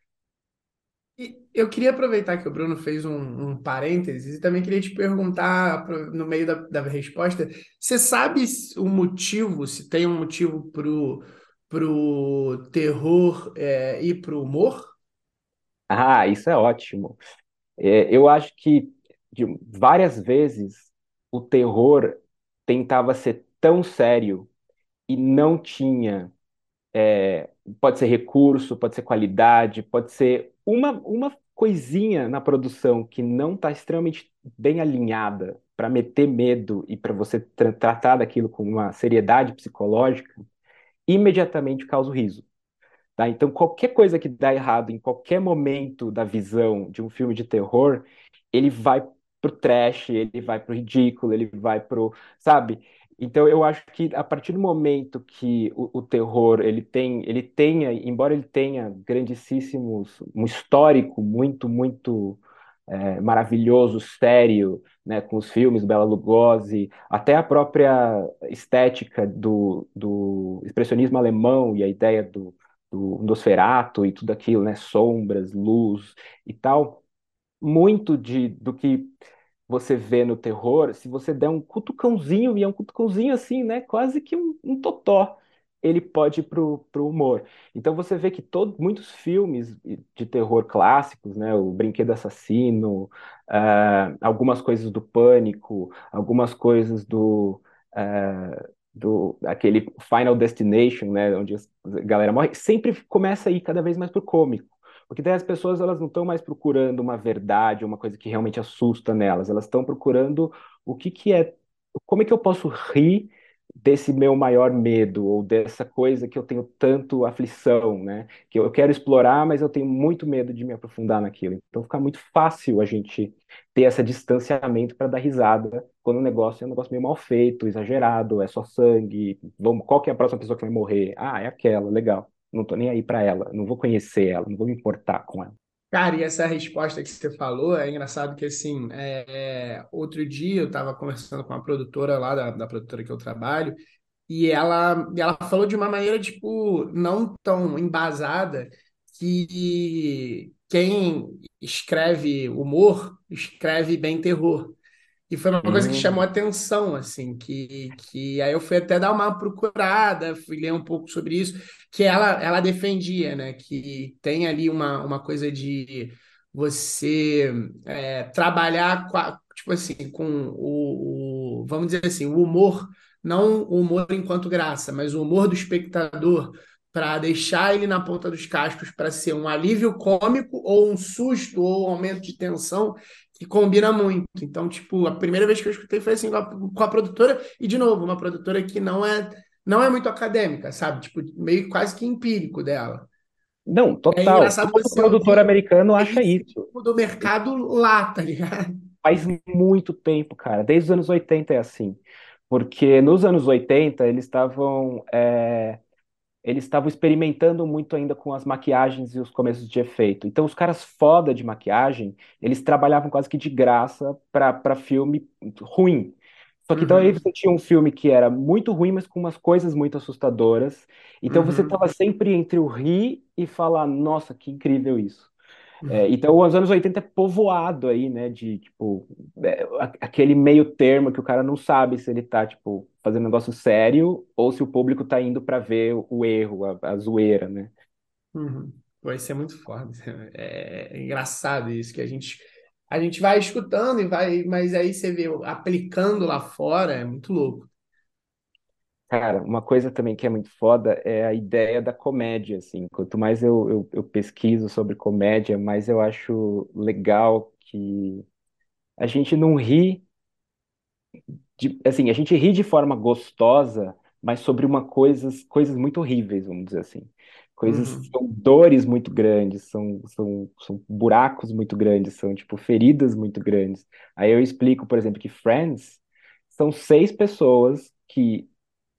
E eu queria aproveitar que o Bruno fez um parênteses e também queria te perguntar, no meio da resposta, você sabe o motivo, se tem um motivo pro terror, e pro humor? Isso é ótimo. Eu acho que várias vezes o terror tentava ser tão sério e não tinha. Pode ser recurso, pode ser qualidade, pode ser uma coisinha na produção que não está extremamente bem alinhada para meter medo e para você tratar daquilo com uma seriedade psicológica, imediatamente causa o riso. Tá? Então, qualquer coisa que dá errado em qualquer momento da visão de um filme de terror, ele vai pro trash, ele vai pro ridículo, ele vai pro, sabe? Então, eu acho que a partir do momento que o terror ele tenha, embora ele tenha grandíssimos, um histórico muito maravilhoso, sério, né, com os filmes Bela Lugosi, até a própria estética do expressionismo alemão e a ideia do Nosferatu e tudo aquilo, né? Sombras, luz e tal. Muito do que você vê no terror, se você der um cutucãozinho, e é um cutucãozinho assim, né? Quase que um totó, ele pode ir pro humor. Então você vê que muitos filmes de terror clássicos, né? O Brinquedo Assassino, algumas coisas do Pânico, algumas coisas do aquele Final Destination, né? Onde a galera morre, sempre começa a ir cada vez mais pro cômico. Porque daí as pessoas elas não estão mais procurando uma verdade, uma coisa que realmente assusta nelas. Elas estão procurando o que que é, como é que eu posso rir desse meu maior medo ou dessa coisa que eu tenho tanto aflição, né? Que eu quero explorar, mas eu tenho muito medo de me aprofundar naquilo. Então fica muito fácil a gente ter esse distanciamento para dar risada quando o negócio é um negócio meio mal feito, exagerado, é só sangue. Vamos, qual que é a próxima pessoa que vai morrer? Ah, é aquela, legal. Não tô nem aí pra ela, não vou conhecer ela, não vou me importar com ela. Cara, e essa resposta que você falou é engraçado que, assim, outro dia eu estava conversando com uma produtora lá, da produtora que eu trabalho, e ela falou de uma maneira, tipo, não tão embasada, que quem escreve humor, escreve bem terror. E foi uma coisa que chamou a Hum. atenção, assim, que aí eu fui até dar uma procurada, fui ler um pouco sobre isso, que ela defendia, né, que tem ali uma coisa de você trabalhar, tipo assim, com vamos dizer assim, o humor, não o humor enquanto graça, mas o humor do espectador, para deixar ele na ponta dos cascos, para ser um alívio cômico, ou um susto, ou um aumento de tensão que combina muito. Então, tipo, a primeira vez que eu escutei foi assim com a produtora, e de novo, uma produtora que não é muito acadêmica, sabe? Tipo, meio quase que empírico dela. Não, É total. engraçado Todo você produtor ouvir americano acha isso isso. tipo, do mercado lá, tá ligado? Faz muito tempo, cara. Desde os anos 80 é assim. Porque nos anos 80 eles estavam experimentando muito ainda com as maquiagens e os começos de efeito. Então, os caras foda de maquiagem, eles trabalhavam quase que de graça para filme ruim. Só que então aí Uhum, você tinha um filme que era muito ruim, mas com umas coisas muito assustadoras. Então você uhum, estava sempre entre o rir e falar, nossa, que incrível isso. Então, os anos 80 é povoado aí, né, de, tipo, aquele meio termo que o cara não sabe se ele tá, tipo, fazendo um negócio sério ou se o público tá indo pra ver o erro, a zoeira, né? uhum. Vai ser muito foda. É engraçado isso, que a gente vai escutando e vai, mas aí você vê aplicando lá fora, é muito louco. Cara, uma coisa também que é muito foda é a ideia da comédia, assim. Quanto mais eu pesquiso sobre comédia, mais eu acho legal que a gente não ri assim, a gente ri de forma gostosa, mas sobre coisas muito horríveis, vamos dizer assim. Coisas, Uhum, são dores muito grandes, são buracos muito grandes, são, tipo, feridas muito grandes. Aí eu explico, por exemplo, que Friends são seis pessoas que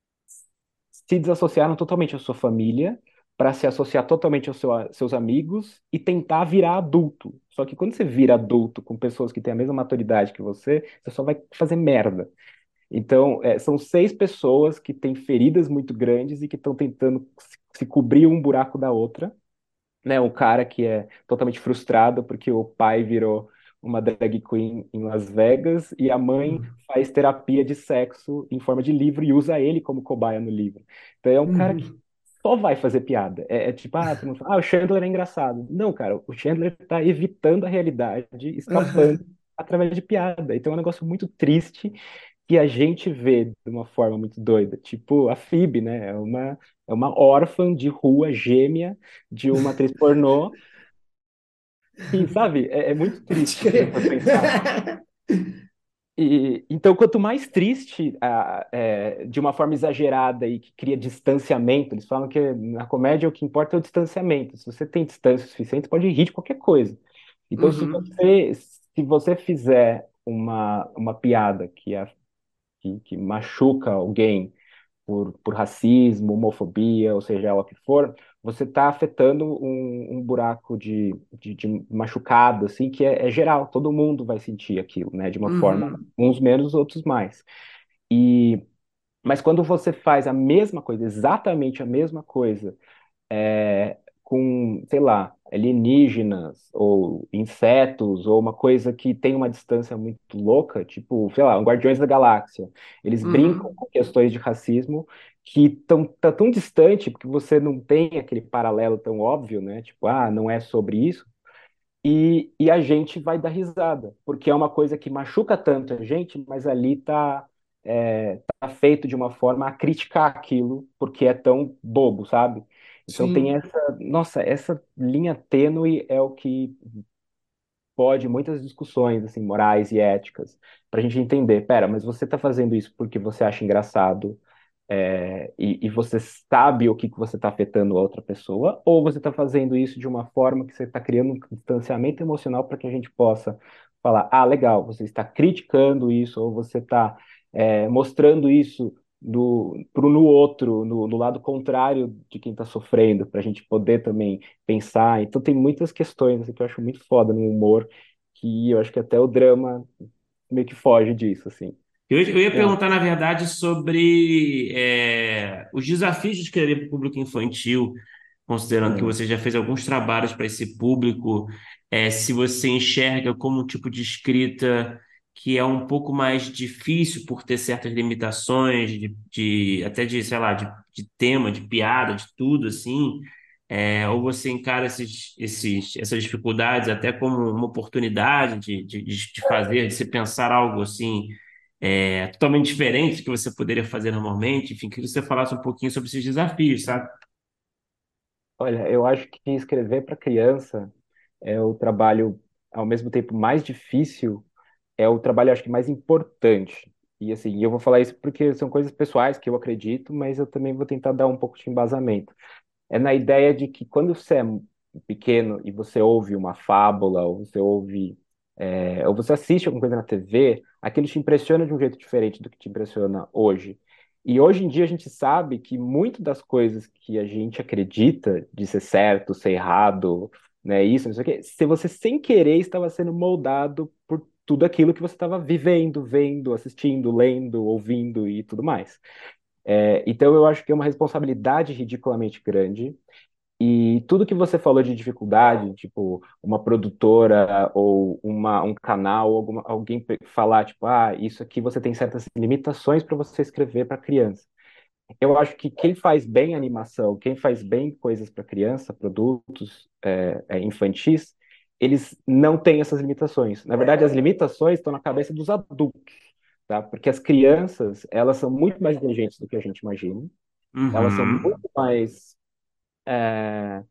se desassociaram totalmente à sua família para se associar totalmente aos seus amigos e tentar virar adulto. Só que quando você vira adulto com pessoas que têm a mesma maturidade que você só vai fazer merda. Então, são seis pessoas que têm feridas muito grandes e que estão tentando se cobrir um buraco da outra, né? Um cara que é totalmente frustrado porque o pai virou uma drag queen em Las Vegas e a mãe uhum, faz terapia de sexo em forma de livro e usa ele como cobaia no livro. Então, é um cara que uhum. só vai fazer piada. É tipo, todo mundo fala, o Chandler é engraçado. Não, cara, o Chandler tá evitando a realidade, escapando Aham. através de piada. Então é um negócio muito triste que a gente vê de uma forma muito doida. Tipo, a Phoebe, né? É uma órfã de rua gêmea de uma atriz pornô. E, sabe, é muito Pode triste se crer. for pensar. Então, quanto mais triste, de uma forma exagerada e que cria distanciamento, eles falam que na comédia o que importa é o distanciamento. Se você tem distância suficiente, você pode rir de qualquer coisa. Então, Uhum, se você fizer uma piada que machuca alguém por racismo, homofobia, ou seja, ela que for, você está afetando um buraco de machucado, assim, que é geral, todo mundo vai sentir aquilo, né, de uma forma, uhum, uns menos, outros mais. E, mas quando você faz a mesma coisa, exatamente a mesma coisa, com, sei lá, alienígenas ou insetos ou uma coisa que tem uma distância muito louca, tipo, sei lá, um Guardiões da Galáxia. Eles brincam uhum. com questões de racismo que estão tá tão distante porque você não tem aquele paralelo tão óbvio, né? Tipo, ah, não é sobre isso. E a gente vai dar risada, porque é uma coisa que machuca tanto a gente, mas ali tá feito de uma forma a criticar aquilo, porque é tão bobo, sabe? Então tem Sim, essa linha tênue é o que pode muitas discussões assim morais e éticas para a gente entender, pera, mas você está fazendo isso porque você acha engraçado, e você sabe o que você está afetando a outra pessoa, ou você está fazendo isso de uma forma que você está criando um distanciamento emocional para que a gente possa falar, ah, legal, você está criticando isso, ou você está mostrando isso no outro, no lado contrário de quem está sofrendo, para a gente poder também pensar. Então tem muitas questões assim, que eu acho muito foda no humor, que eu acho que até o drama meio que foge disso, assim. Eu ia É. perguntar, na verdade, sobre os desafios de escrever para o público infantil, considerando que Hum. você já fez alguns trabalhos para esse público, se você enxerga como um tipo de escrita que é um pouco mais difícil por ter certas limitações, até de, sei lá, de tema, de piada, de tudo, assim, ou você encara essas dificuldades até como uma oportunidade de fazer, de se pensar algo assim totalmente diferente do que você poderia fazer normalmente. Enfim, queria que você falasse um pouquinho sobre esses desafios, sabe? Olha, eu acho que escrever para criança é o trabalho, ao mesmo tempo, mais difícil, é o trabalho, acho que, mais importante. E assim, eu vou falar isso porque são coisas pessoais que eu acredito, mas eu também vou tentar dar um pouco de embasamento. É na ideia de que quando você é pequeno e você ouve uma fábula, ou você assiste alguma coisa na TV, aquilo te impressiona de um jeito diferente do que te impressiona hoje. E hoje em dia a gente sabe que muito das coisas que a gente acredita de ser certo, ser errado, né, isso, não sei o quê, se você sem querer estava sendo moldado por tudo aquilo que você estava vivendo, vendo, assistindo, lendo, ouvindo e tudo mais. Então eu acho que é uma responsabilidade ridiculamente grande. E tudo que você falou de dificuldade, tipo uma produtora ou um canal, alguém falar, tipo, ah, isso aqui você tem certas limitações para você escrever para criança. Eu acho que quem faz bem animação, quem faz bem coisas para criança, produtos infantis, eles não têm essas limitações. Na verdade, as limitações estão na cabeça dos adultos, tá? Porque as crianças, elas são muito mais inteligentes do que a gente imagina. Elas são Uhum. muito mais é,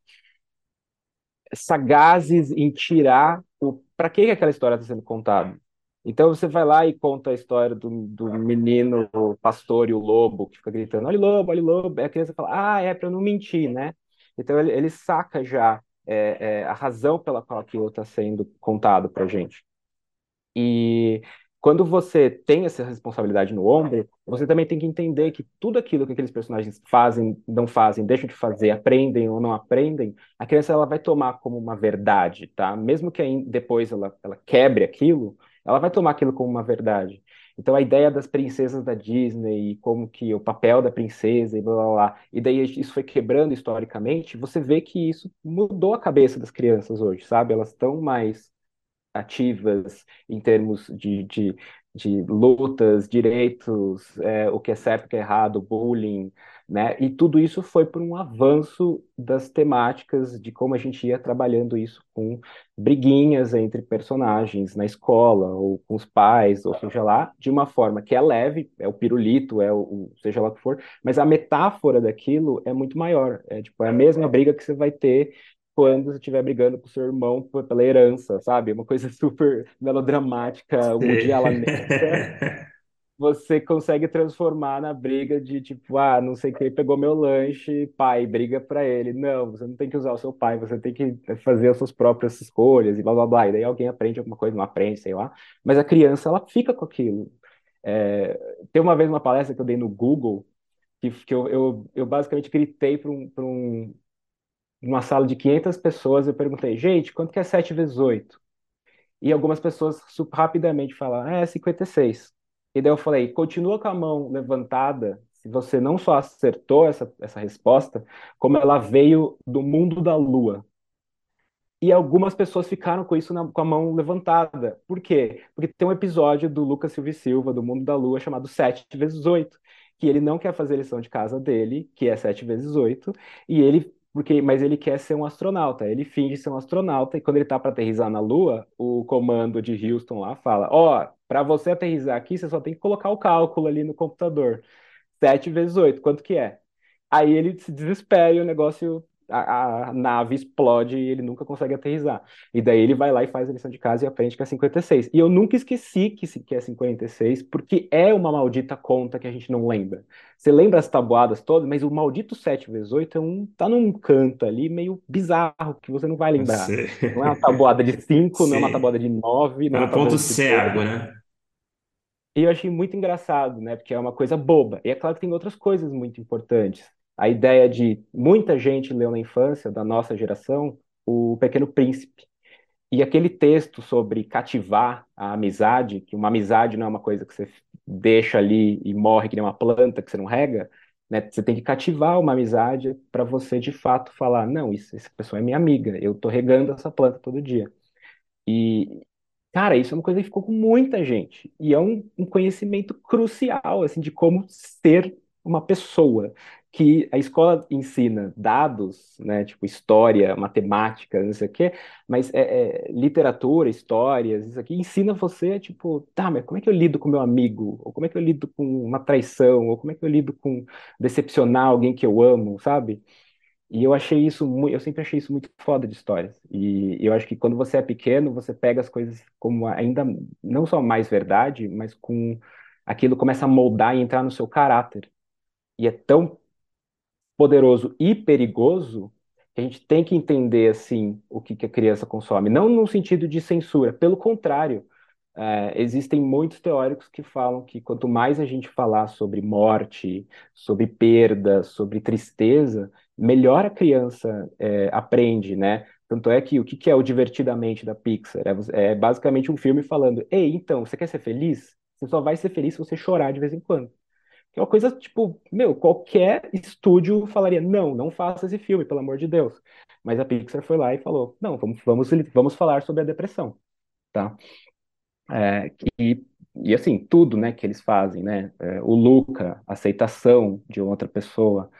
sagazes em tirar o para que aquela história está sendo contada. Então você vai lá e conta a história do menino, o pastor e o lobo, que fica gritando, olha o lobo, olha o lobo. Aí a criança fala, ah, é para não mentir, né? Então ele saca já a razão pela qual aquilo está sendo contado para gente. E quando você tem essa responsabilidade no ombro, você também tem que entender que tudo aquilo que aqueles personagens fazem, não fazem, deixam de fazer, aprendem ou não aprendem, a criança ela vai tomar como uma verdade, tá? Mesmo que depois ela quebre aquilo, ela vai tomar aquilo como uma verdade. Então a ideia das princesas da Disney e como que o papel da princesa e blá blá blá, e daí isso foi quebrando historicamente, você vê que isso mudou a cabeça das crianças hoje, sabe? Elas estão mais ativas em termos de lutas, direitos, o que é certo, o que é errado, bullying, né? E tudo isso foi por um avanço das temáticas de como a gente ia trabalhando isso com briguinhas entre personagens na escola ou com os pais, ou seja lá, de uma forma que é leve, é o pirulito, seja lá o que for, mas a metáfora daquilo é muito maior. É tipo, é a mesma briga que você vai ter quando você estiver brigando com seu irmão pela herança, sabe? Uma coisa super melodramática, um Woody Sei. Allen, você consegue transformar na briga de tipo, ah, não sei quem pegou meu lanche, pai, briga pra ele. Não, você não tem que usar o seu pai, você tem que fazer as suas próprias escolhas e blá blá blá. E daí alguém aprende alguma coisa, não aprende, sei lá. Mas a criança, ela fica com aquilo. É, tem uma vez uma palestra que eu dei no Google, que eu basicamente gritei uma sala de 500 pessoas, eu perguntei, gente, quanto que é 7 vezes 8? E algumas pessoas rapidamente falaram, é 56. E daí eu falei, continua com a mão levantada, se você não só acertou essa resposta, como ela veio do mundo da lua. E algumas pessoas ficaram com isso com a mão levantada. Por quê? Porque tem um episódio do Lucas Silva e Silva, do Mundo da Lua, chamado 7 vezes 8, que ele não quer fazer a lição de casa dele, que é 7 vezes 8, e mas ele quer ser um astronauta. Ele finge ser um astronauta, e quando ele tá para aterrissar na Lua, o comando de Houston lá fala: Ó, para você aterrissar aqui, você só tem que colocar o cálculo ali no computador. 7 vezes 8, quanto que é? Aí ele se desespera e o negócio, a nave explode e ele nunca consegue aterrissar. E daí ele vai lá e faz a lição de casa e aprende que é 56. E eu nunca esqueci que é 56, porque é uma maldita conta que a gente não lembra. Você lembra as tabuadas todas, mas o maldito 7 vezes 8 tá num canto ali meio bizarro, que você não vai Eu lembrar. sei. Não é uma tabuada de 5, não é uma Sim. tabuada de 9, Tá não é uma no ponto tabuada de cego, 12. né? E eu achei muito engraçado, né? Porque é uma coisa boba. E é claro que tem outras coisas muito importantes. A ideia de muita gente leu na infância, da nossa geração, O Pequeno Príncipe. E aquele texto sobre cativar a amizade, que uma amizade não é uma coisa que você deixa ali e morre que nem uma planta que você não rega, né? Você tem que cativar uma amizade para você de fato falar, não, essa pessoa é minha amiga, eu tô regando essa planta todo dia. E, cara, isso é uma coisa que ficou com muita gente. E é um conhecimento crucial, assim, de como ser uma pessoa. Que a escola ensina dados, né, tipo história, matemática, não sei o quê, mas literatura, histórias, isso aqui ensina você, tipo, tá, mas como é que eu lido com meu amigo? Ou como é que eu lido com uma traição? Ou como é que eu lido com decepcionar alguém que eu amo, sabe? E eu achei isso muito, eu sempre achei isso muito foda de histórias. E eu acho que quando você é pequeno, você pega as coisas como ainda não só mais verdade, mas com aquilo começa a moldar e entrar no seu caráter. E é tão poderoso e perigoso que a gente tem que entender assim o que a criança consome, não no sentido de censura, pelo contrário. Existem muitos teóricos que falam que quanto mais a gente falar sobre morte, sobre perda, sobre tristeza, melhor a criança aprende, né? Tanto é que o que é o Divertidamente da Pixar? É basicamente um filme falando: Ei, então, você quer ser feliz? Você só vai ser feliz se você chorar de vez em quando. Que é uma coisa, tipo, meu, qualquer estúdio falaria: Não, não faça esse filme, pelo amor de Deus. Mas a Pixar foi lá e falou: Não, vamos falar sobre a depressão. Tá? É, e assim, tudo, né, que eles fazem, né? O Luca, a aceitação de outra pessoa,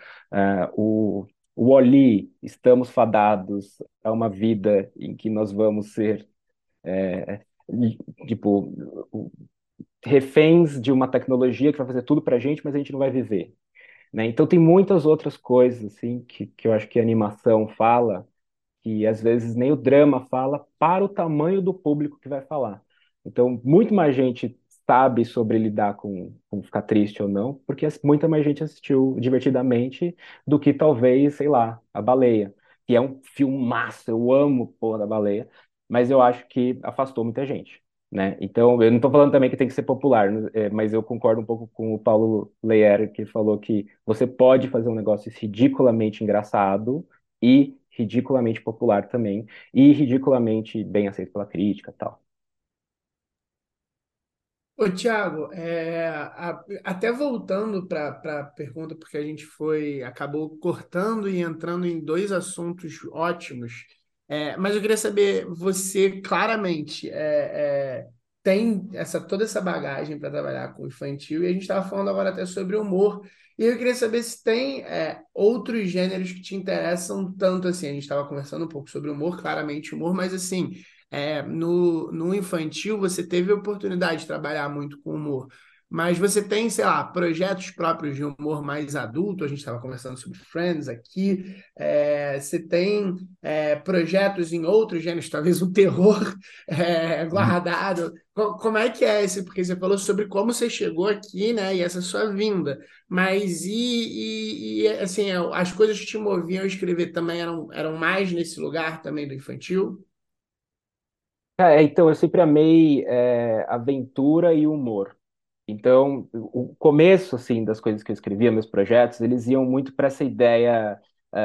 o Wall-E, estamos fadados a uma vida em que nós vamos ser, é, tipo, reféns de uma tecnologia que vai fazer tudo pra gente, mas a gente não vai viver, né? Então tem muitas outras coisas, assim, que eu acho que a animação fala que às vezes nem o drama fala para o tamanho do público que vai falar. Então, muito mais gente sabe sobre lidar com ficar triste ou não, porque muita mais gente assistiu divertidamente do que talvez, sei lá, A Baleia, que é um filmaço, eu amo Porra da Baleia, mas eu acho que afastou muita gente. Né? Então, eu não estou falando também que tem que ser popular, né? Mas eu concordo um pouco com o Paulo Leyer, que falou que você pode fazer um negócio ridiculamente engraçado e ridiculamente popular também, e ridiculamente bem aceito pela crítica e tal. Ô, Thiago, até voltando para a pergunta, porque a gente acabou cortando e entrando em dois assuntos ótimos, mas eu queria saber, você claramente tem toda essa bagagem para trabalhar com infantil, e a gente estava falando agora até sobre humor, e eu queria saber se tem outros gêneros que te interessam tanto assim. A gente estava conversando um pouco sobre humor, claramente humor, mas assim. No infantil, você teve a oportunidade de trabalhar muito com humor. mas você tem, sei lá, projetos próprios de humor mais adulto, a gente estava conversando sobre Friends aqui, você tem projetos em outros gêneros, talvez o terror guardado. Como é que é esse? Porque você falou sobre como você chegou aqui, né, e essa sua vinda, mas assim, as coisas que te moviam a escrever também eram mais nesse lugar também do infantil? Então, eu sempre amei aventura e humor. Então, o começo, assim, das coisas que eu escrevia, meus projetos, eles iam muito para essa ideia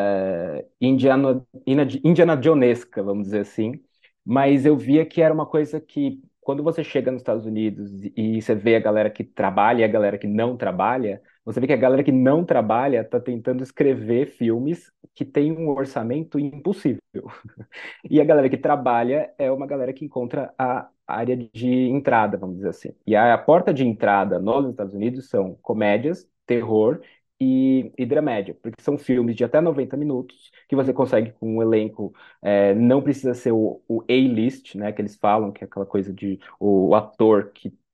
Indiana Jonesca, vamos dizer assim. Mas eu via que era uma coisa que, quando você chega nos Estados Unidos e você vê a galera que trabalha e a galera que não trabalha, você vê que a galera que não trabalha está tentando escrever filmes que têm um orçamento impossível. E a galera que trabalha é uma galera que encontra a área de entrada, vamos dizer assim. E a porta de entrada nos Estados Unidos são comédias, terror e dramédia, porque são filmes de até 90 minutos que você consegue com um elenco, não precisa ser o A-list, né, que eles falam, que é aquela coisa de o ator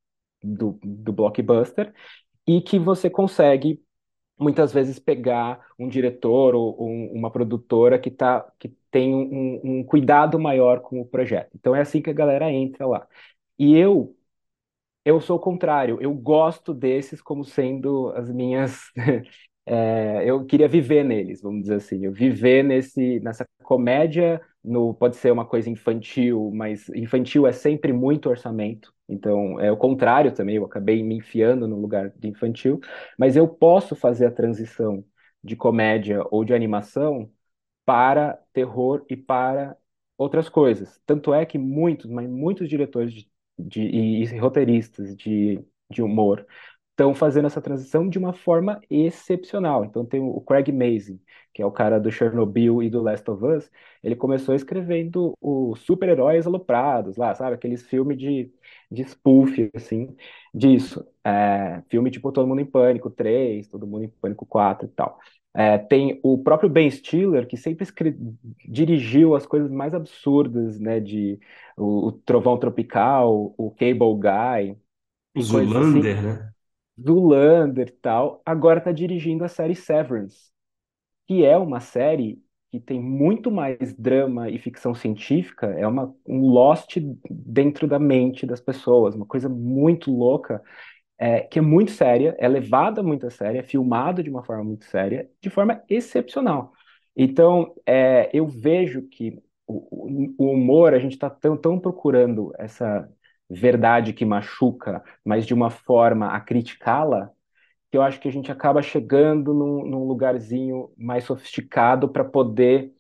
do blockbuster, e que você consegue muitas vezes pegar um diretor ou uma produtora que tem um cuidado maior com o projeto. Então é assim que a galera entra lá. E eu sou o contrário, eu gosto desses como sendo as minhas. Eu queria viver neles, vamos dizer assim. Eu viver nessa comédia, pode ser uma coisa infantil, mas infantil é sempre muito orçamento. Então, é o contrário também, eu acabei me enfiando no lugar de infantil, mas eu posso fazer a transição de comédia ou de animação para terror e para outras coisas. Tanto é que muitos, mas muitos diretores e roteiristas de humor estão fazendo essa transição de uma forma excepcional. Então tem o Craig Mazin, que é o cara do Chernobyl e do Last of Us. Ele começou escrevendo os super-heróis aloprados lá, sabe? Aqueles filmes de spoof, assim, disso. Filme tipo Todo Mundo em Pânico 3, Todo Mundo em Pânico 4 e tal. Tem o próprio Ben Stiller, que sempre dirigiu as coisas mais absurdas, né? O Trovão Tropical, o Cable Guy, O e coisas assim. Zoolander, né? Zoolander e tal. Agora está dirigindo a série Severance, que é uma série que tem muito mais drama e ficção científica. É um Lost dentro da mente das pessoas, uma coisa muito louca, que é muito séria, é levada muito a sério, é filmado de uma forma muito séria, de forma excepcional. Então, eu vejo que o humor, a gente está tão procurando essa verdade que machuca, mas de uma forma a criticá-la, que eu acho que a gente acaba chegando num lugarzinho mais sofisticado para poder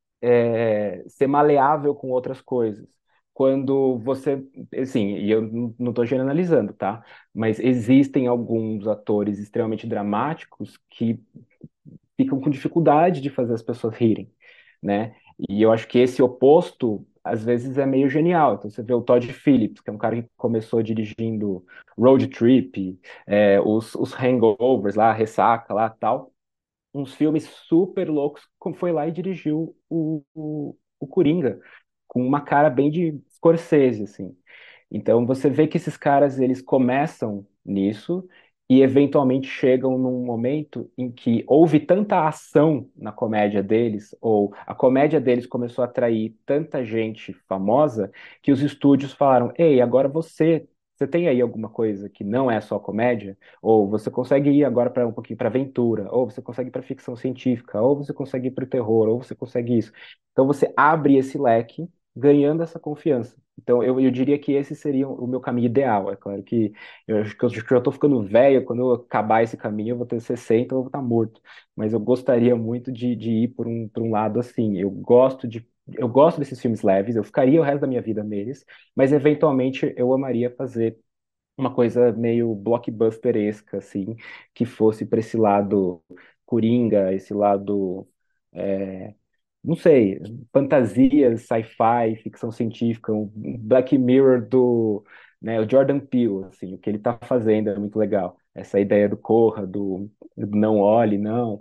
ser maleável com outras coisas. Quando você, assim, e eu não estou generalizando, tá? Mas existem alguns atores extremamente dramáticos que ficam com dificuldade de fazer as pessoas rirem, né? E eu acho que esse oposto, às vezes, é meio genial. Então, você vê o Todd Phillips, que é um cara que começou dirigindo Road Trip, os Hangovers lá, Ressaca lá, tal, uns filmes super loucos, como foi lá e dirigiu o Coringa, com uma cara bem de Scorsese, assim. Então você vê que esses caras, eles começam nisso e eventualmente chegam num momento em que houve tanta ação na comédia deles, ou a comédia deles começou a atrair tanta gente famosa, que os estúdios falaram: Ei, agora você tem aí alguma coisa que não é só comédia? Ou você consegue ir agora para um pouquinho para aventura, ou você consegue ir para ficção científica, ou você consegue ir para o terror, ou você consegue isso. Então você abre esse leque, ganhando essa confiança. Então eu diria que esse seria o meu caminho ideal. É claro que eu acho que eu já estou ficando velho, quando eu acabar esse caminho eu vou ter 60, eu vou estar morto. Mas eu gostaria muito de ir por um lado assim. Eu gosto desses filmes leves, eu ficaria o resto da minha vida neles, mas eventualmente eu amaria fazer uma coisa meio blockbusteresca, assim, que fosse para esse lado coringa, esse lado, é, não sei, fantasia, sci-fi, ficção científica, um Black Mirror né, o Jordan Peele, assim, o que ele está fazendo é muito legal. Essa ideia do corra, do não olhe, não,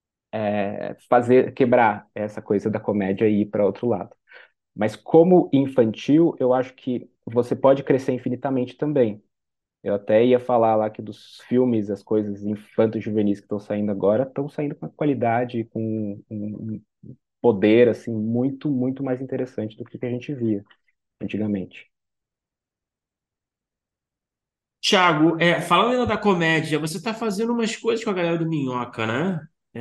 quebrar essa coisa da comédia e ir para outro lado. Mas como infantil, eu acho que você pode crescer infinitamente também. Eu até ia falar lá que dos filmes, as coisas infanto-juvenis que estão saindo agora, estão saindo com uma qualidade, com um poder, assim, muito, muito mais interessante do que a gente via antigamente. Thiago, falando ainda da comédia, você está fazendo umas coisas com a galera do Minhoca, né?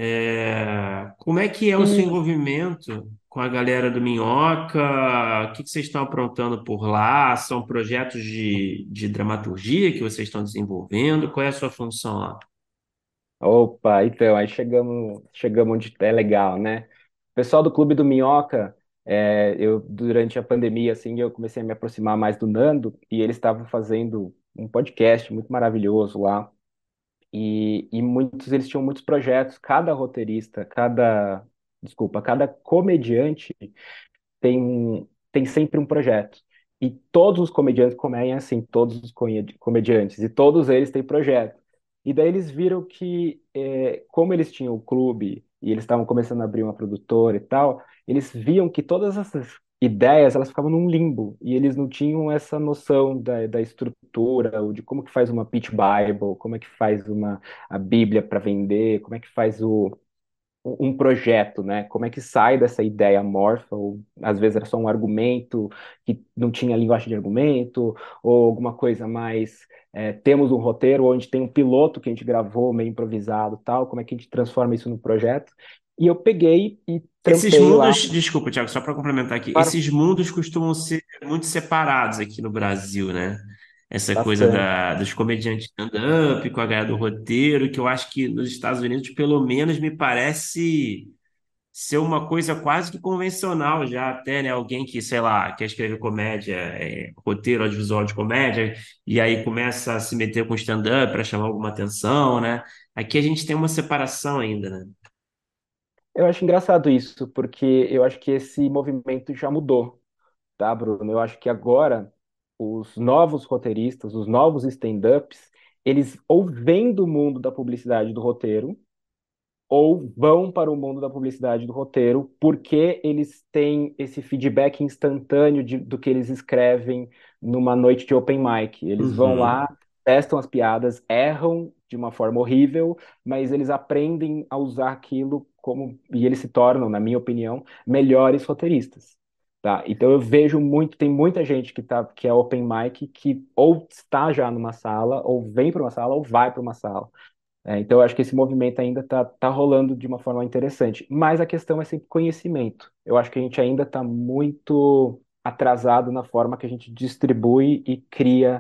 Como é que é o seu E, envolvimento com a galera do Minhoca? O que que vocês estão aprontando por lá? São projetos de dramaturgia que vocês estão desenvolvendo? Qual é a sua função lá? opa, então, aí chegamos onde é legal, né? O pessoal do Clube do Minhoca, eu, durante a pandemia, assim, eu comecei a me aproximar mais do Nando, e eles estavam fazendo um podcast muito maravilhoso lá. E muitos, eles tinham muitos projetos, cada roteirista, cada comediante tem sempre um projeto. E todos os comediantes comem assim, todos os comediantes, e todos eles têm projeto. E daí eles viram que, como eles tinham o clube e eles estavam começando a abrir uma produtora e tal, eles viam que todas essas ideias, elas ficavam num limbo, e eles não tinham essa noção da estrutura, ou de como que faz uma pitch Bible, como é que faz a Bíblia para vender, como é que faz um projeto, né? Como é que sai dessa ideia amorfa, ou às vezes era só um argumento que não tinha linguagem de argumento, ou alguma coisa mais. Temos um roteiro onde tem um piloto que a gente gravou meio improvisado, tal. Como é que a gente transforma isso no projeto? E eu peguei e Esses trampei lá, mundos, desculpa, Thiago, só para complementar aqui, claro, esses mundos costumam ser muito separados aqui no Brasil, né? Essa coisa bastante. dos comediantes stand-up com a galera do roteiro, que eu acho que nos Estados Unidos, pelo menos, me parece ser uma coisa quase que convencional já até, né? Alguém que, sei lá, quer escrever comédia, roteiro audiovisual de comédia, e aí começa a se meter com stand-up para chamar alguma atenção, né? Aqui a gente tem uma separação ainda, né? Eu acho engraçado isso, porque eu acho que esse movimento já mudou, tá, Bruno? Eu acho que agora os novos roteiristas, os novos stand-ups, eles ou vêm do mundo da publicidade do roteiro, ou vão para o mundo da publicidade do roteiro, porque eles têm esse feedback instantâneo do que eles escrevem numa noite de open mic. Eles vão lá, Uhum. testam as piadas, erram de uma forma horrível, mas eles aprendem a usar aquilo e eles se tornam, na minha opinião, melhores roteiristas. Tá? Então eu vejo muito, tem muita gente que é open mic que ou está já numa sala, ou vem para uma sala, ou vai para uma sala. Então, eu acho que esse movimento ainda tá rolando de uma forma interessante. Mas a questão é sempre conhecimento. Eu acho que a gente ainda está muito atrasado na forma que a gente distribui e cria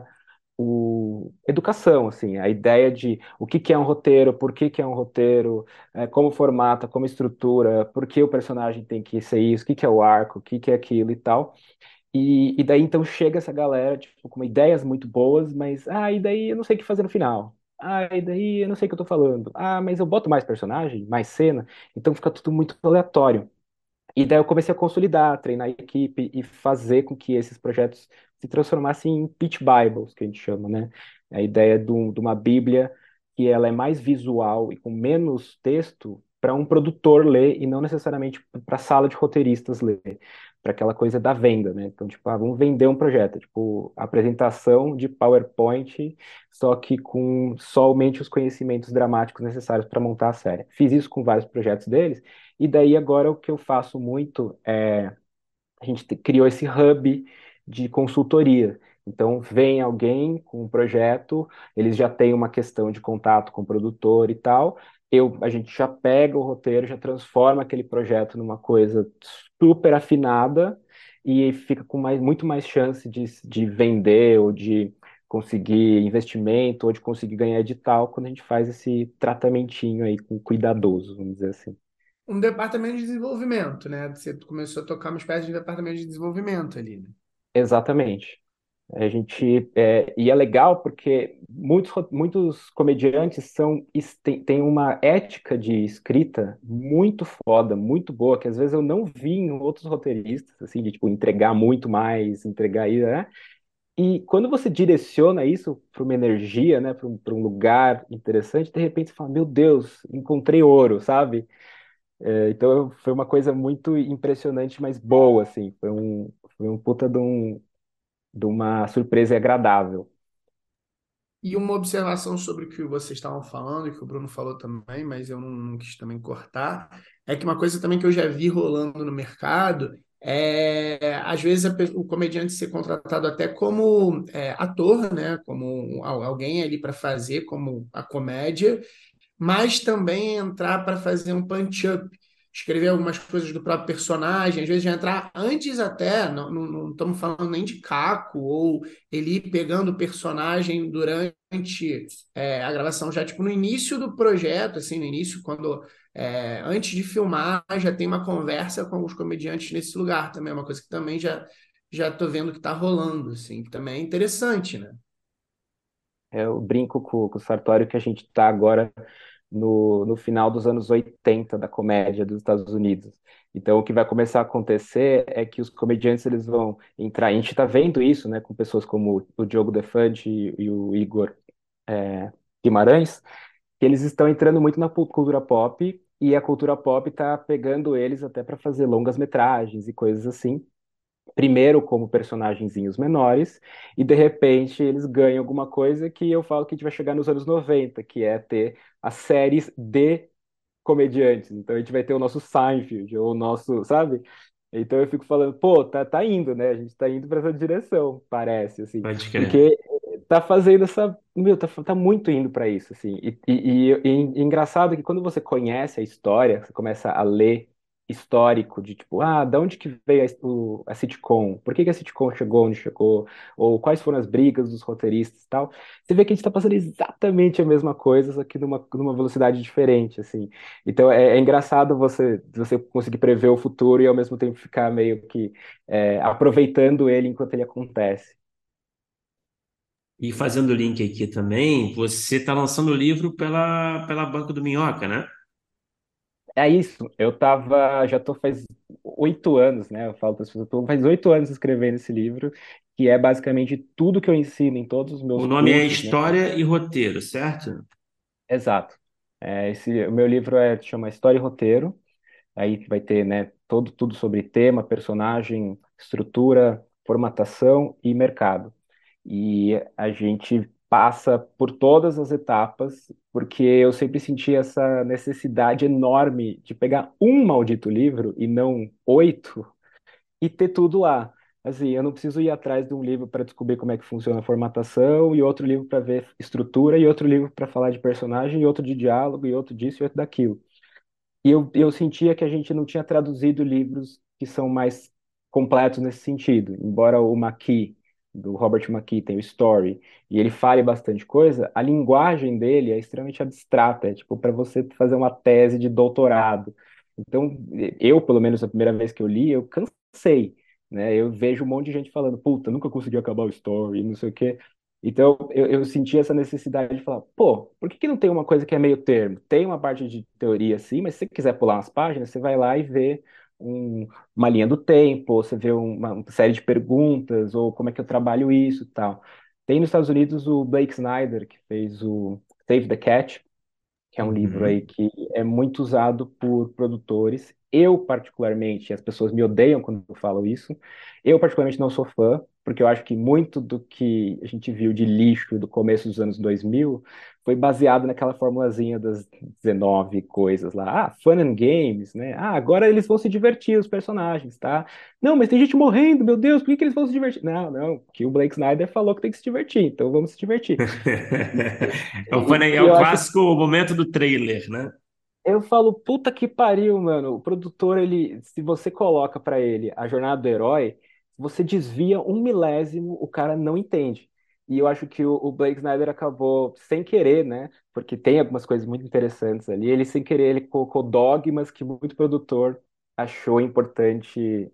educação, assim, a ideia de o que que é um roteiro, por que que é um roteiro, como formata, como estrutura, por que o personagem tem que ser isso, o que que é o arco, o que que é aquilo e tal. E daí então chega essa galera, tipo, com ideias muito boas, mas, e daí eu não sei o que fazer no final. E daí eu não sei o que eu tô falando. Mas eu boto mais personagem, mais cena, então fica tudo muito aleatório. E daí eu comecei a consolidar, treinar a equipe e fazer com que esses projetos se transformassem em pitch Bibles, que a gente chama, né? A ideia de uma Bíblia que ela é mais visual e com menos texto para um produtor ler e não necessariamente para a sala de roteiristas ler, para aquela coisa da venda, né? Então, tipo, vamos vender um projeto, tipo, apresentação de PowerPoint, só que com somente os conhecimentos dramáticos necessários para montar a série. Fiz isso com vários projetos deles e daí agora o que eu faço muito a gente criou esse hub de consultoria. Então vem alguém com um projeto, eles já têm uma questão de contato com o produtor e tal. A gente já pega o roteiro, já transforma aquele projeto numa coisa super afinada e fica com muito mais chance de vender ou de conseguir investimento ou de conseguir ganhar edital quando a gente faz esse tratamentinho aí com cuidadoso, vamos dizer assim. Um departamento de desenvolvimento, né? Você começou a tocar uma espécie de departamento de desenvolvimento ali, né? Exatamente. E é legal porque muitos comediantes têm uma ética de escrita muito foda, muito boa, que às vezes eu não vi em outros roteiristas, assim, de tipo, entregar muito mais, entregar aí, né? E quando você direciona isso para uma energia, né, para um lugar interessante, de repente você fala, meu Deus, encontrei ouro, sabe? Então foi uma coisa muito impressionante, mas boa, assim, foi um puta de uma surpresa agradável. E uma observação sobre o que vocês estavam falando, e que o Bruno falou também, mas eu não quis também cortar, é que uma coisa também que eu já vi rolando no mercado é, às vezes, o comediante ser contratado até como ator, né? Como alguém ali para fazer como a comédia, mas também entrar para fazer um punch-up, escrever algumas coisas do próprio personagem, às vezes já entrar antes até, não estamos falando nem de caco, ou ele ir pegando o personagem durante a gravação, já tipo no início do projeto, assim, no início, quando antes de filmar, já tem uma conversa com os comediantes nesse lugar também, é uma coisa que também já tô vendo que está rolando, assim, que também é interessante, né? Eu brinco com o Sartório que a gente está agora no final dos anos 80 da comédia dos Estados Unidos. Então, o que vai começar a acontecer é que os comediantes eles vão entrar. A gente está vendo isso, né, com pessoas como o Diogo Defante e o Igor Guimarães, que eles estão entrando muito na cultura pop e a cultura pop está pegando eles até para fazer longas metragens e coisas assim. Primeiro como personagenzinhos menores, e de repente eles ganham alguma coisa que eu falo que a gente vai chegar nos anos 90, que é ter as séries de comediantes. Então a gente vai ter o nosso Seinfeld, ou o nosso, sabe? Então eu fico falando, pô, tá indo, né? A gente tá indo para essa direção, parece, assim. Pode crer. Porque tá fazendo essa. Meu, tá muito indo para isso, assim. E engraçado que quando você conhece a história, você começa a ler histórico de tipo, da onde que veio a sitcom? Por que que a sitcom chegou onde chegou? Ou quais foram as brigas dos roteiristas e tal? Você vê que a gente tá passando exatamente a mesma coisa, só que numa velocidade diferente, assim. Então é engraçado você conseguir prever o futuro e ao mesmo tempo ficar meio que aproveitando ele enquanto ele acontece. E fazendo o link aqui também, você está lançando o livro pela Banca do Minhoca, né? É isso, já tô faz 8 anos, né? Eu falo para as pessoas, eu tô faz 8 anos escrevendo esse livro, que é basicamente tudo que eu ensino em todos os O meus nome é cursos, né? História e Roteiro, certo? Exato. O meu livro chama História e Roteiro. Aí vai ter, né, tudo sobre tema, personagem, estrutura, formatação e mercado. E a gente passa por todas as etapas, porque eu sempre senti essa necessidade enorme de pegar um maldito livro e não 8 e ter tudo lá. Assim, eu não preciso ir atrás de um livro para descobrir como é que funciona a formatação, e outro livro para ver estrutura, e outro livro para falar de personagem, e outro de diálogo, e outro disso e outro daquilo. E eu sentia que a gente não tinha traduzido livros que são mais completos nesse sentido. Embora o McKee, do Robert McKee, tenha o Story, e ele fale bastante coisa, a linguagem dele é extremamente abstrata, é tipo para você fazer uma tese de doutorado. Então, eu, pelo menos, a primeira vez que eu li, eu cansei, né? Eu vejo um monte de gente falando, puta, nunca consegui acabar o Story, não sei o quê. Então, eu senti essa necessidade de falar, pô, por que que não tem uma coisa que é meio termo? Tem uma parte de teoria, sim, mas se você quiser pular umas páginas, você vai lá e vê uma linha do tempo, ou você vê uma série de perguntas, ou como é que eu trabalho isso e tal. Tem nos Estados Unidos o Blake Snyder, que fez o Save the Cat, que é um livro aí Uhum. que é muito usado por produtores. Eu, particularmente, as pessoas me odeiam quando eu falo isso. Eu, particularmente, não sou fã, porque eu acho que muito do que a gente viu de lixo do começo dos anos 2000 foi baseado naquela formulazinha das 19 coisas lá. Fun and games, né? Agora eles vão se divertir, os personagens, tá? Não, mas tem gente morrendo, meu Deus, por que que eles vão se divertir? Não, não, que o Blake Snyder falou que tem que se divertir, então vamos se divertir. É E o eu acho clássico momento do trailer, né? Eu falo, puta que pariu, mano. O produtor, se você coloca pra ele a jornada do herói, você desvia um milésimo, o cara não entende. E eu acho que o Blake Snyder acabou sem querer, né? Porque tem algumas coisas muito interessantes ali. Ele sem querer, ele colocou dogmas que muito produtor achou importante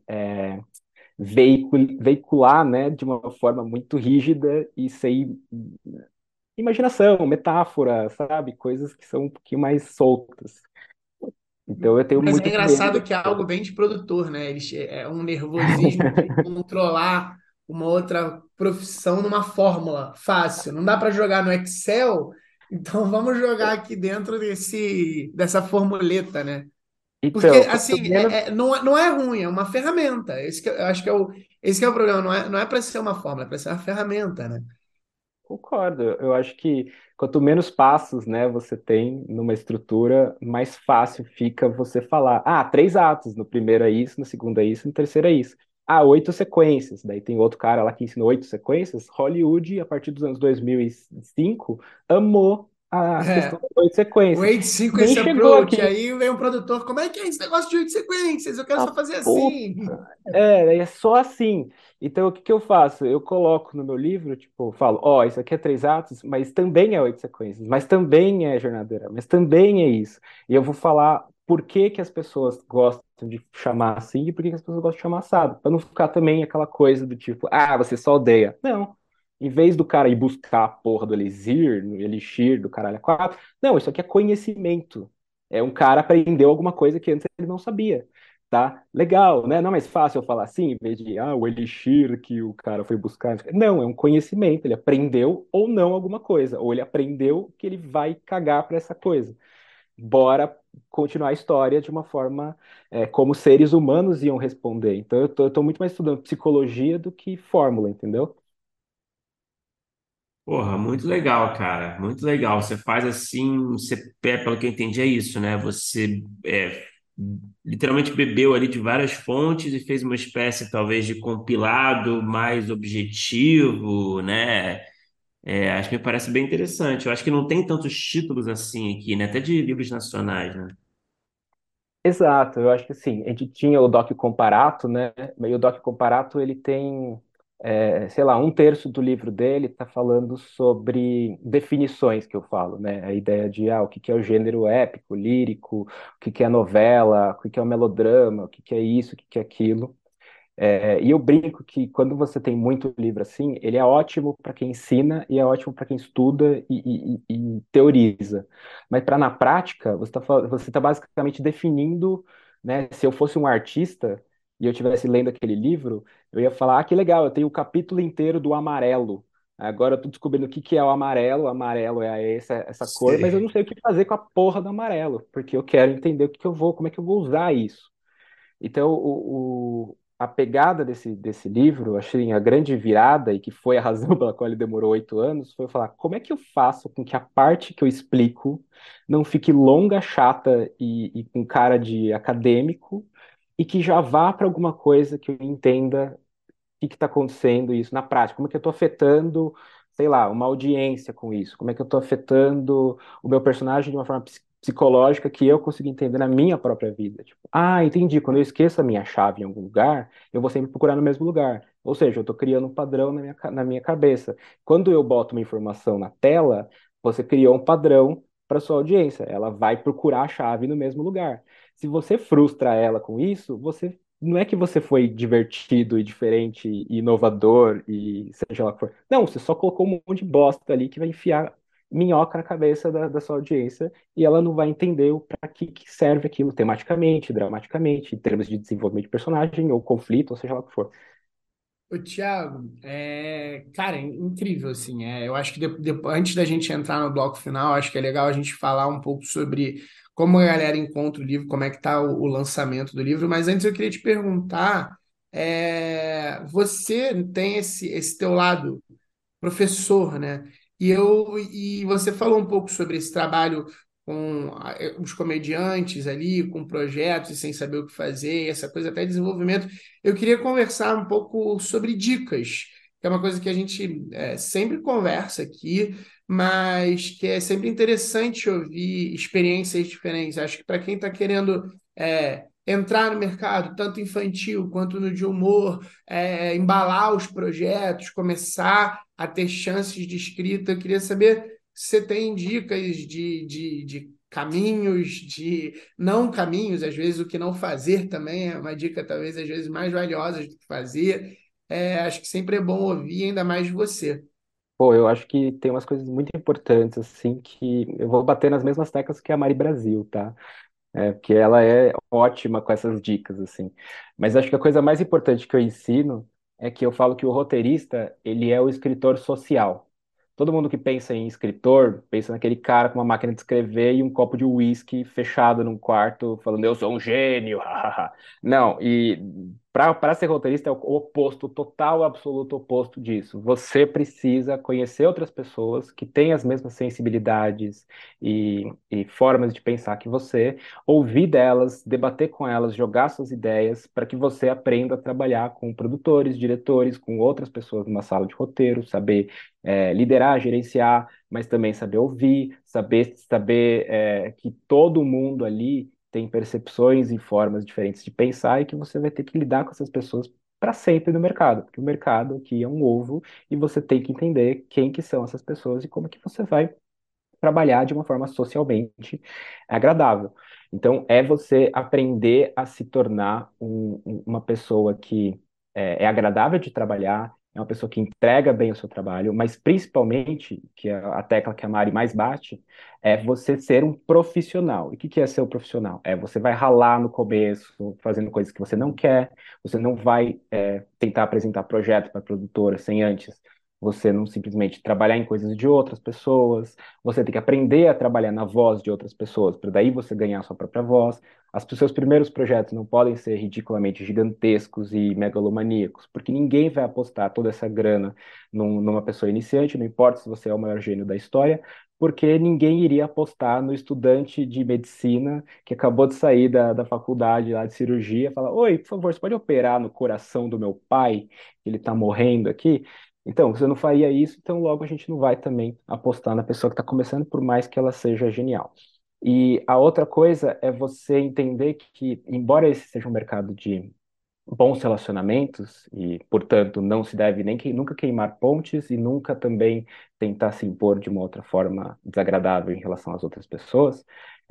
veicular, né? De uma forma muito rígida e sem imaginação, metáfora, sabe? Coisas que são um pouquinho mais soltas. Então eu tenho Mas é muito medo. engraçado que é algo bem de produtor, né? É um nervosismo de controlar uma outra profissão numa fórmula fácil. Não dá para jogar no Excel, então vamos jogar aqui dentro dessa formuleta, né? Porque, Então, quanto assim, menos. não é ruim, é uma ferramenta. Eu acho que esse que é o problema. Não é para ser uma fórmula, é para ser uma ferramenta, né? concordo. Eu acho que quanto menos passos, né, você tem numa estrutura, mais fácil fica você falar, ah, 3 atos, no primeiro é isso, no segundo é isso, no terceiro é isso. Ah, 8 sequências. Daí tem outro cara lá que ensinou 8 sequências. Hollywood, a partir dos anos 2005, amou a questão É. das 8 sequências. Rate Nem Sequence chegou Approach. aqui. Aí vem um produtor, como é que é esse negócio de 8 sequências? Eu quero Ah, só fazer puta. assim. É só assim. Então, o que que eu faço? Eu coloco no meu livro, tipo, eu falo, ó, isso aqui é 3 atos, mas também é 8 sequências, mas também é jornadeira, mas também é isso. E eu vou falar por que que as pessoas gostam de chamar assim e por que que as pessoas gostam de chamar assado, para não ficar também aquela coisa do tipo, ah, você só odeia. Não. Em vez do cara ir buscar a porra do elixir, no elixir do caralho a quatro, não, isso aqui é conhecimento. É um cara aprendeu alguma coisa que antes ele não sabia. Tá? Legal, né? Não é mais fácil eu falar assim, em vez de, ah, o elixir que o cara foi buscar. Não, é um conhecimento. Ele aprendeu ou não alguma coisa. Ou ele aprendeu que ele vai cagar para essa coisa. Bora continuar a história de uma forma como seres humanos iam responder. Então eu tô muito mais estudando psicologia do que fórmula, entendeu? Porra, muito legal, cara. Muito legal. Você faz assim, pelo que eu entendi, é isso, né? Você literalmente bebeu ali de várias fontes e fez uma espécie, talvez, de compilado mais objetivo, né? Acho que me parece bem interessante. Eu acho que não tem tantos títulos assim aqui, né? Até de livros nacionais, né? Exato, eu acho que sim. A gente tinha o Doc Comparato, né? E o Doc Comparato ele tem, sei lá, 1/3 do livro dele está falando sobre definições que eu falo, né? A ideia de o que que é o gênero épico, lírico, o que que é novela, o que que é o melodrama, o que que é isso, o que que é aquilo. E eu brinco que quando você tem muito livro assim, ele é ótimo para quem ensina e é ótimo para quem estuda e teoriza. Mas para na prática, você tá basicamente definindo, né? Se eu fosse um artista e eu estivesse lendo aquele livro, eu ia falar, que legal, eu tenho o capítulo inteiro do amarelo. Agora eu tô descobrindo o que que é o amarelo. O amarelo é essa cor, mas eu Sei. não sei o que fazer com a porra do amarelo, porque eu quero entender o que que eu vou, como é que eu vou usar isso. Então, a pegada desse livro, achei a grande virada, e que foi a razão pela qual ele demorou 8 anos, foi falar como é que eu faço com que a parte que eu explico não fique longa, chata e com cara de acadêmico, e que já vá para alguma coisa que eu entenda que está acontecendo isso na prática? Como é que eu estou afetando, sei lá, uma audiência com isso? Como é que eu estou afetando o meu personagem de uma forma psicológica que eu consigo entender na minha própria vida? Tipo, entendi. Quando eu esqueço a minha chave em algum lugar, eu vou sempre procurar no mesmo lugar. Ou seja, eu estou criando um padrão na minha cabeça. Quando eu boto uma informação na tela, você criou um padrão para sua audiência. Ela vai procurar a chave no mesmo lugar. Se você frustra ela com isso, você não é que você foi divertido e diferente e inovador e seja lá o que for. Não, você só colocou um monte de bosta ali que vai enfiar minhoca na cabeça da sua audiência e ela não vai entender para que serve aquilo tematicamente, dramaticamente, em termos de desenvolvimento de personagem ou conflito, ou seja lá o que for. O Thiago, cara, incrível, assim. Eu acho que antes da gente entrar no bloco final, acho que é legal a gente falar um pouco sobre como a galera encontra o livro, como é que tá o lançamento do livro. Mas antes eu queria te perguntar, você tem esse teu lado professor, né? E você falou um pouco sobre esse trabalho com os comediantes ali, com projetos e sem saber o que fazer, essa coisa até desenvolvimento. Eu queria conversar um pouco sobre dicas, que é uma coisa que a gente sempre conversa aqui, mas que é sempre interessante ouvir experiências diferentes. Acho que para quem está querendo entrar no mercado, tanto infantil quanto no de humor, embalar os projetos, começar a ter chances de escrita. Eu queria saber se você tem dicas de caminhos, de não caminhos, às vezes o que não fazer também é uma dica, talvez, às vezes mais valiosa do que fazer. Acho que sempre é bom ouvir, ainda mais de você. Pô, eu acho que tem umas coisas muito importantes, assim, que eu vou bater nas mesmas teclas que a Mari Brasil, tá? Porque ela é ótima com essas dicas, assim. Mas acho que a coisa mais importante que eu ensino é que eu falo que o roteirista, ele é o escritor social. Todo mundo que pensa em escritor, pensa naquele cara com uma máquina de escrever e um copo de uísque fechado num quarto, falando, eu sou um gênio, hahaha. Não, e Para ser roteirista é o oposto, o total, absoluto oposto disso. Você precisa conhecer outras pessoas que têm as mesmas sensibilidades e formas de pensar que você, ouvir delas, debater com elas, jogar suas ideias, para que você aprenda a trabalhar com produtores, diretores, com outras pessoas numa sala de roteiro, saber liderar, gerenciar, mas também saber ouvir, saber que todo mundo ali tem percepções e formas diferentes de pensar e que você vai ter que lidar com essas pessoas para sempre no mercado, porque o mercado aqui é um ovo e você tem que entender quem que são essas pessoas e como que você vai trabalhar de uma forma socialmente agradável. Então, é você aprender a se tornar uma pessoa que é agradável de trabalhar, é uma pessoa que entrega bem o seu trabalho, mas principalmente, que é a tecla que a Mari mais bate, é você ser um profissional. E o que que é ser um profissional? É você vai ralar no começo, fazendo coisas que você não quer, você não vai tentar apresentar projeto para a produtora sem antes você não simplesmente trabalhar em coisas de outras pessoas, você tem que aprender a trabalhar na voz de outras pessoas, para daí você ganhar a sua própria voz. Os seus primeiros projetos não podem ser ridiculamente gigantescos e megalomaníacos, porque ninguém vai apostar toda essa grana numa pessoa iniciante, não importa se você é o maior gênio da história, porque ninguém iria apostar no estudante de medicina que acabou de sair da faculdade lá de cirurgia, e falar: Oi, por favor, você pode operar no coração do meu pai? Ele está morrendo aqui. Então, você não faria isso, então logo a gente não vai também apostar na pessoa que está começando, por mais que ela seja genial. E a outra coisa é você entender que, embora esse seja um mercado de bons relacionamentos e, portanto, não se deve nem nunca queimar pontes e nunca também tentar se impor de uma outra forma desagradável em relação às outras pessoas.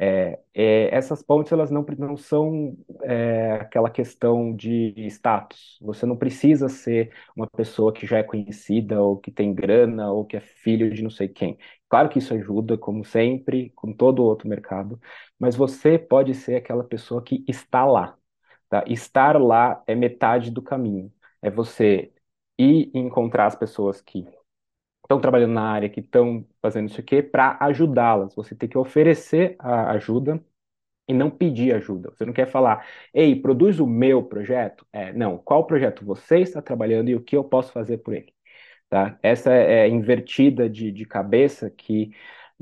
Essas pontes elas não são aquela questão de status. Você não precisa ser uma pessoa que já é conhecida ou que tem grana ou que é filho de não sei quem. Claro que isso ajuda, como sempre, com todo outro mercado, mas você pode ser aquela pessoa que está lá. Tá? Estar lá é metade do caminho. É você ir e encontrar as pessoas que estão trabalhando na área, que estão fazendo isso aqui, para ajudá-las. Você tem que oferecer a ajuda e não pedir ajuda. Você não quer falar: ei, produz o meu projeto? Não, qual projeto você está trabalhando e o que eu posso fazer por ele? Tá? Essa é invertida de cabeça que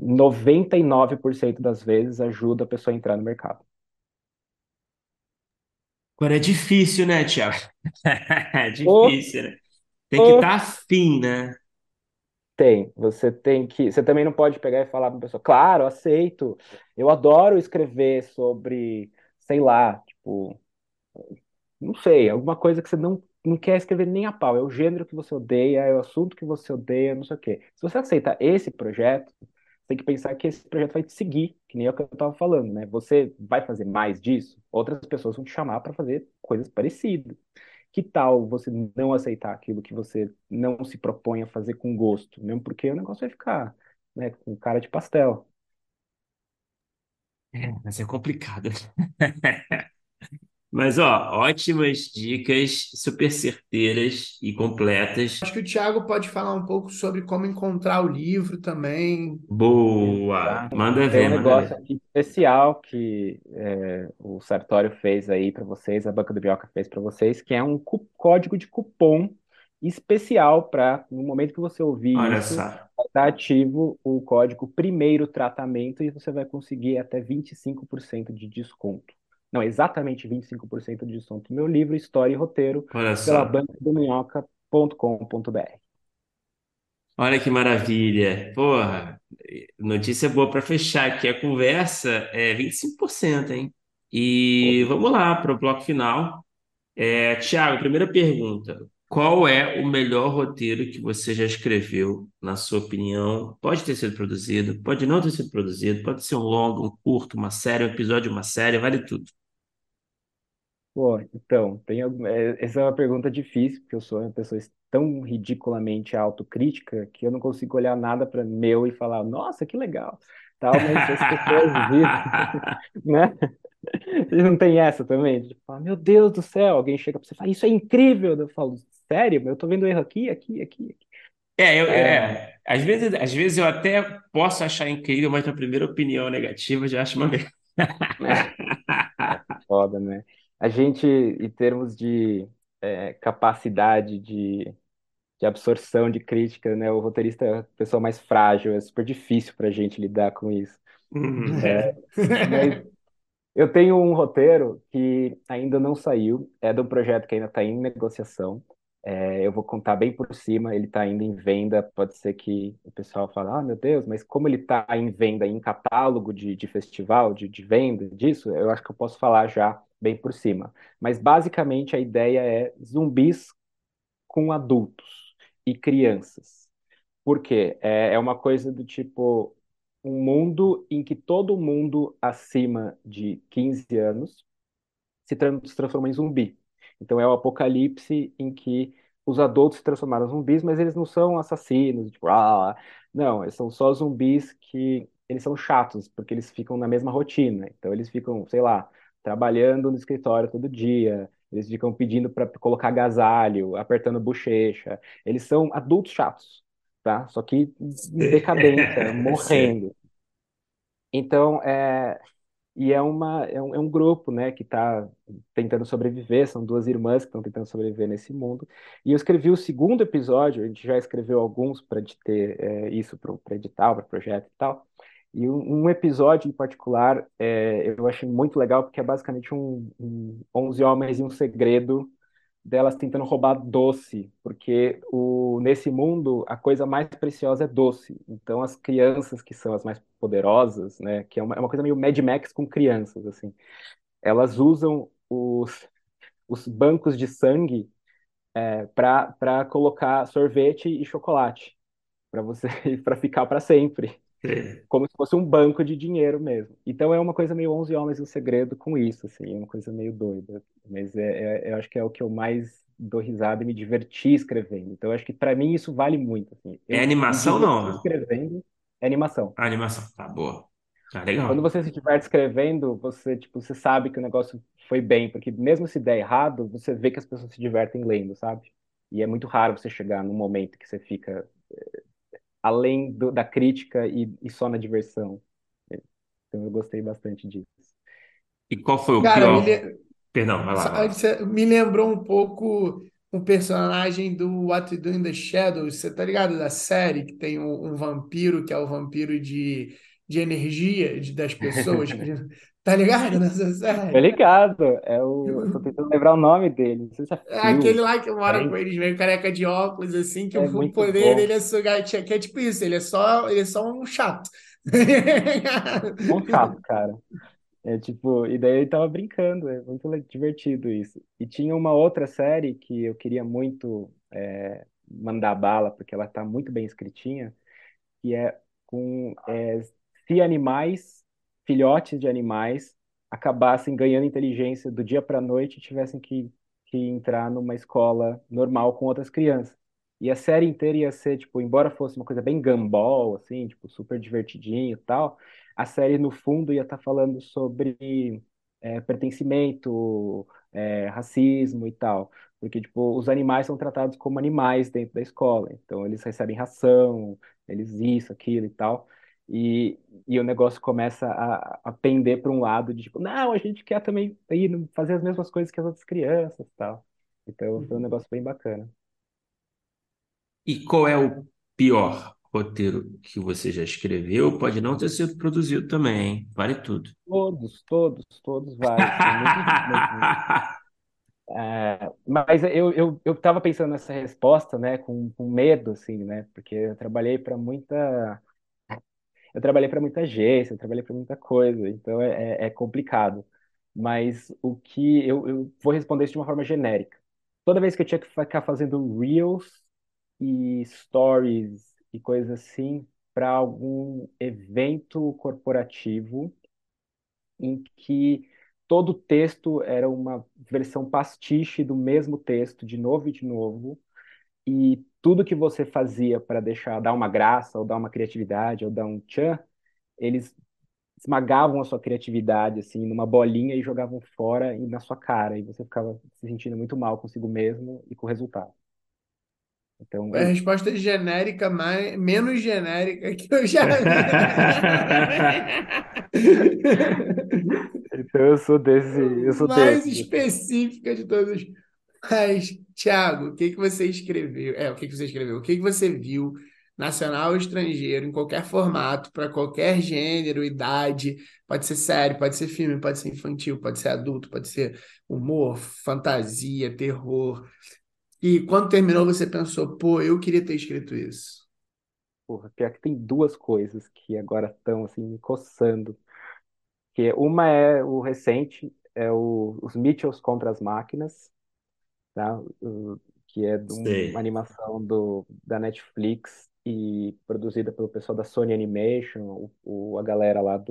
99% das vezes ajuda a pessoa a entrar no mercado. Agora é difícil, né, Thiago? É Ou, difícil, né? Tem que estar afim, né? Você tem que. Você também não pode pegar e falar para a pessoa: claro, aceito. Eu adoro escrever sobre, sei lá, tipo, não sei, alguma coisa que você não quer escrever nem a pau. É o gênero que você odeia, é o assunto que você odeia, não sei o quê. Se você aceita esse projeto, você tem que pensar que esse projeto vai te seguir, que nem é o que eu estava falando, né? Você vai fazer mais disso, outras pessoas vão te chamar para fazer coisas parecidas. Que tal você não aceitar aquilo que você não se propõe a fazer com gosto, mesmo porque o negócio vai ficar, né, com cara de pastel. Mas é complicado. Mas, ó, ótimas dicas, super certeiras e completas. Acho que o Thiago pode falar um pouco sobre como encontrar o livro também. Boa! Exato. Manda Tem um ver, manda negócio ver. aqui especial que o Sartório fez aí para vocês, a Banca do Bioca fez para vocês, que é um código de cupom especial para, no momento que você ouvir Olha isso, só. estar ativo o código primeiro tratamento e você vai conseguir até 25% de desconto. Não, exatamente 25% de desconto no meu livro História e Roteiro Olha pela só. bancadominhoca.com.br. Olha que maravilha. Porra, notícia boa para fechar aqui a conversa é 25%, hein? E vamos lá para o bloco final. Tiago, primeira pergunta. Qual é o melhor roteiro que você já escreveu, na sua opinião? Pode ter sido produzido, pode não ter sido produzido, pode ser um longo, um curto, uma série, um episódio de uma série, vale tudo. Pô, então, essa é uma pergunta difícil, porque eu sou uma pessoa tão ridiculamente autocrítica que eu não consigo olhar nada para meu e falar: nossa, que legal, tal, mas as pessoas vivem, né? E não tem essa também, de falar: meu Deus do céu, alguém chega para você e fala: isso é incrível. Eu falo: sério? Eu tô vendo erro aqui, aqui, aqui, aqui. Às vezes eu até posso achar incrível, mas na primeira opinião negativa eu já acho uma merda. É, é foda, né? A gente, em termos de capacidade de absorção de crítica, né? O roteirista é a pessoa mais frágil, é super difícil para a gente lidar com isso. É. Mas eu tenho um roteiro que ainda não saiu, é de um projeto que ainda está em negociação. Eu vou contar bem por cima, ele está ainda em venda. Pode ser que o pessoal fale, ah, meu Deus, mas como ele está em venda em catálogo de festival, de venda disso, eu acho que eu posso falar já bem por cima. Mas basicamente a ideia é zumbis com adultos e crianças. Por quê? É uma coisa do tipo um mundo em que todo mundo acima de 15 anos se transforma em zumbi. Então é o apocalipse em que os adultos se transformaram em zumbis, mas eles não são assassinos, tipo, não, eles são só zumbis que eles são chatos, porque eles ficam na mesma rotina. Então eles ficam, sei lá, trabalhando no escritório todo dia, eles ficam pedindo para colocar agasalho, apertando bochecha. Eles são adultos chatos, tá? Só que em decadência, Sei. morrendo. Então, é um grupo, né, que está tentando sobreviver, são duas irmãs que estão tentando sobreviver nesse mundo. E eu escrevi o segundo episódio, a gente já escreveu alguns para ter isso para editar, para projeto e tal. E um episódio em particular eu achei muito legal, porque é basicamente um 11 Homens e um Segredo delas tentando roubar doce, porque nesse mundo a coisa mais preciosa é doce. Então as crianças que são as mais poderosas, né, que é uma coisa meio Mad Max com crianças, assim, elas usam os bancos de sangue para colocar sorvete e chocolate, para você para ficar para sempre Sei. como se fosse um banco de dinheiro mesmo. Então é uma coisa meio 11 Homens e um Segredo com isso, assim, é uma coisa meio doida. Mas eu acho que é o que eu mais dou risada e me diverti escrevendo. Então eu acho que para mim isso vale muito, assim. É Eu me animação, diverti não? escrevendo animação. A animação. Tá boa. Tá Quando legal. você se diverte escrevendo, você, tipo, você sabe que o negócio foi bem, porque mesmo se der errado, você vê que as pessoas se divertem lendo, sabe? E é muito raro você chegar num momento que você fica além da crítica e só na diversão. Então eu gostei bastante disso. E qual foi o Cara, pior? Perdão, vai lá, vai lá. me lembrou um pouco um personagem do What We Do in the Shadows. Você tá ligado da série que tem um vampiro que é o vampiro de energia das pessoas? Tá ligado nessa Tô série? ligado, eu tô tentando lembrar o nome dele, não sei se é É aquele Phil, lá que mora com Hank, eles, meio careca de óculos, assim, que é o muito poder bom, dele é sugar, que é tipo isso, ele é só um chato. bom chato, cara. É tipo, e daí ele tava brincando, é muito divertido isso. E tinha uma outra série que eu queria muito mandar bala, porque ela tá muito bem escritinha, que é com se animais, filhotes de animais, acabassem ganhando inteligência do dia para a noite e tivessem que entrar numa escola normal com outras crianças. E a série inteira ia ser, tipo, embora fosse uma coisa bem gumball, assim, tipo, super divertidinho e tal, a série, no fundo, ia estar falando sobre pertencimento, racismo e tal. Porque, tipo, os animais são tratados como animais dentro da escola. Então, eles recebem ração, eles isso, aquilo e tal. E, e o negócio começa a pender para um lado de tipo, não, a gente quer também ir fazer as mesmas coisas que as outras crianças e tal. Então foi um negócio bem bacana. E qual é o pior roteiro que você já escreveu? Pode não ter sido produzido também, hein? Vale tudo. Todos vários. Tem muitos mesmo. Mas eu tava pensando nessa resposta, né, com medo, assim, né, porque eu trabalhei para muita agência, eu trabalhei para muita coisa, então é complicado. Mas o que eu vou responder isso de uma forma genérica. Toda vez que eu tinha que ficar fazendo reels e stories e coisas assim para algum evento corporativo em que todo o texto era uma versão pastiche do mesmo texto, de novo e de novo, e tudo que você fazia para dar uma graça, ou dar uma criatividade, ou dar um tchan, eles esmagavam a sua criatividade assim numa bolinha e jogavam fora e na sua cara e você ficava se sentindo muito mal consigo mesmo e com o resultado. Então, É a resposta genérica, menos genérica que eu já vi. Então eu sou desse. mais específica de todas. Mas, Thiago, o que que você escreveu? O que que você escreveu? O que que você viu, nacional ou estrangeiro, em qualquer formato, para qualquer gênero, idade? Pode ser série, pode ser filme, pode ser infantil, pode ser adulto, pode ser humor, fantasia, terror. E quando terminou, você pensou, pô, eu queria ter escrito isso. Porra, pior que tem duas coisas que agora estão assim me coçando. Que uma é o recente, os Mitchells contra as máquinas, tá? Que é de uma Sei. animação da Netflix e produzida pelo pessoal da Sony Animation, a galera lá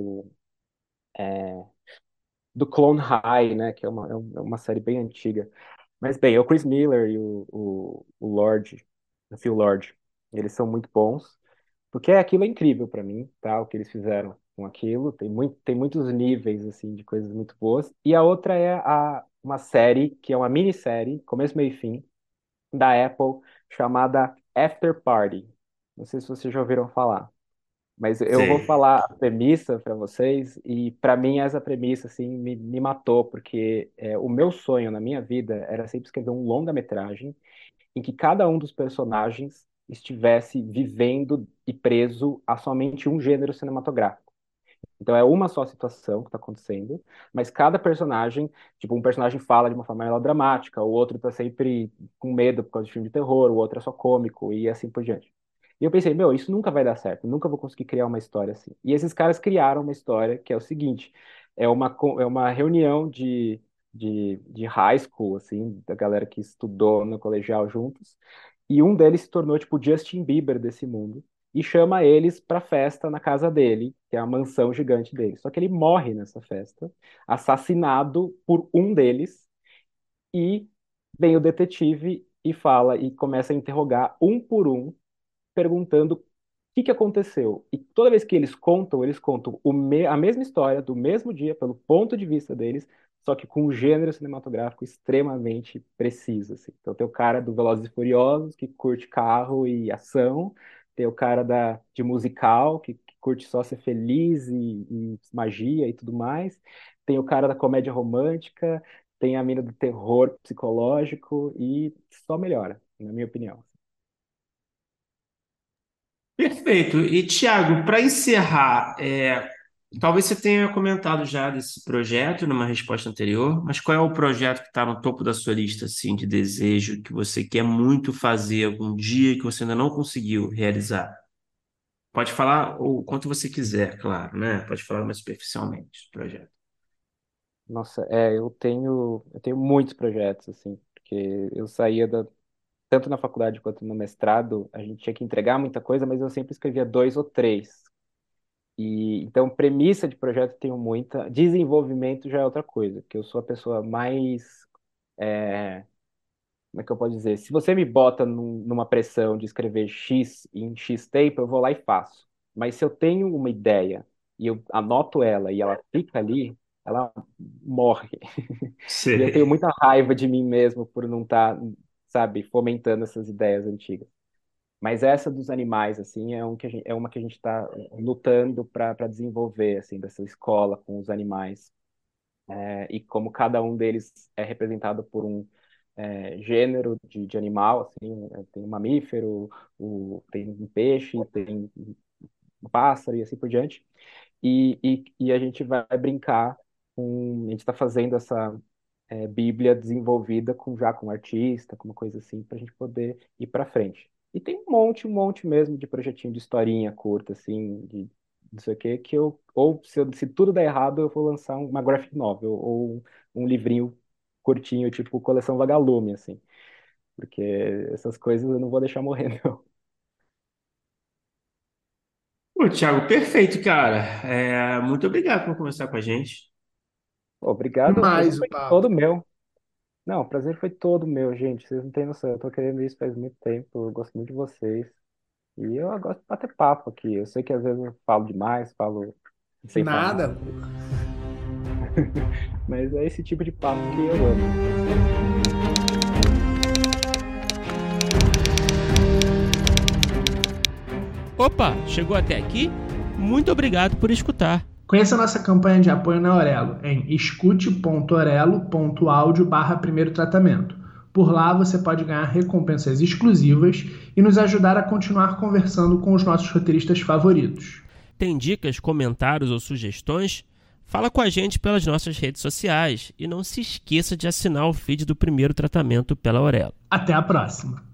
do Clone High, né? Que é uma série bem antiga. Mas bem, é o Chris Miller e o Lord, o Phil Lord, eles são muito bons, porque aquilo é incrível para mim, tá? O que eles fizeram com aquilo, tem muitos níveis assim de coisas muito boas. E a outra é uma série que é uma minissérie, começo, meio e fim, da Apple, chamada After Party. Não sei se vocês já ouviram falar. Mas eu vou Sei. falar a premissa para vocês, e para mim essa premissa assim me matou, porque o meu sonho na minha vida era sempre escrever um longa-metragem em que cada um dos personagens estivesse vivendo e preso a somente um gênero cinematográfico. Então é uma só situação que está acontecendo, mas cada personagem, tipo, um personagem fala de uma forma melodramática, o outro está sempre com medo por causa de filme de terror, o outro é só cômico e assim por diante. E eu pensei, meu, isso nunca vai dar certo, nunca vou conseguir criar uma história assim. E esses caras criaram uma história que é o seguinte: é uma reunião de high school, assim, da galera que estudou no colegial juntos, e um deles se tornou, tipo, o Justin Bieber desse mundo e chama eles para festa na casa dele, que é a mansão gigante dele. Só que ele morre nessa festa, assassinado por um deles, e vem o detetive e fala e começa a interrogar um por um, perguntando o que aconteceu. E toda vez que eles contam a mesma história, do mesmo dia, pelo ponto de vista deles, só que com um gênero cinematográfico extremamente preciso, assim. Então tem o cara do Velozes e Furiosos, que curte carro e ação, tem o cara de musical, que curte só ser feliz e magia e tudo mais, tem o cara da comédia romântica, tem a mina do terror psicológico, e só melhora, na minha opinião. Perfeito. E, Tiago, para encerrar, talvez você tenha comentado já desse projeto numa resposta anterior, mas qual é o projeto que está no topo da sua lista, assim, de desejo que você quer muito fazer algum dia que você ainda não conseguiu realizar? Pode falar o quanto você quiser, claro, né? Pode falar mais superficialmente do projeto. Nossa, eu tenho muitos projetos, assim, porque eu saía tanto na faculdade quanto no mestrado, a gente tinha que entregar muita coisa, mas eu sempre escrevia dois ou três. E então, premissa de projeto eu tenho muita, desenvolvimento já é outra coisa, porque eu sou a pessoa mais, como é que eu posso dizer? Se você me bota numa pressão de escrever X em X tempo, eu vou lá e faço. Mas se eu tenho uma ideia e eu anoto ela e ela fica ali, ela morre. E eu tenho Sei. muita raiva de mim mesmo por não estar, sabe, fomentando essas ideias antigas. Mas essa dos animais, assim, é uma que a gente está lutando para desenvolver, assim, dessa escola com os animais. E como cada um deles é representado por um gênero de animal, assim, tem um mamífero, tem um peixe, tem um pássaro e assim por diante. E a gente vai brincar a gente está fazendo essa Bíblia desenvolvida já com um artista, com uma coisa assim, para a gente poder ir para frente. E tem um monte mesmo de projetinho de historinha curta, assim, de não sei o quê, ou se tudo der errado, eu vou lançar uma graphic novel, ou um livrinho curtinho, tipo Coleção Vagalume, assim, porque essas coisas eu não vou deixar morrer, não. Pô, Tiago, perfeito, cara. Muito obrigado por conversar com a gente. Obrigado, o prazer Mais o foi papo. todo meu. Não, o prazer foi todo meu, gente. Vocês não têm noção. Eu tô querendo isso faz muito tempo. Eu gosto muito de vocês. E eu gosto de bater papo aqui. Eu sei que às vezes eu falo demais, falo sem Nada, parar, pô. mas é esse tipo de papo que eu amo. Opa, chegou até aqui? Muito obrigado por escutar. Conheça nossa campanha de apoio na Aurelo em escute.orelo.audio/primeiro tratamento. Por lá você pode ganhar recompensas exclusivas e nos ajudar a continuar conversando com os nossos roteiristas favoritos. Tem dicas, comentários ou sugestões? Fala com a gente pelas nossas redes sociais e não se esqueça de assinar o feed do Primeiro Tratamento pela Aurelo. Até a próxima!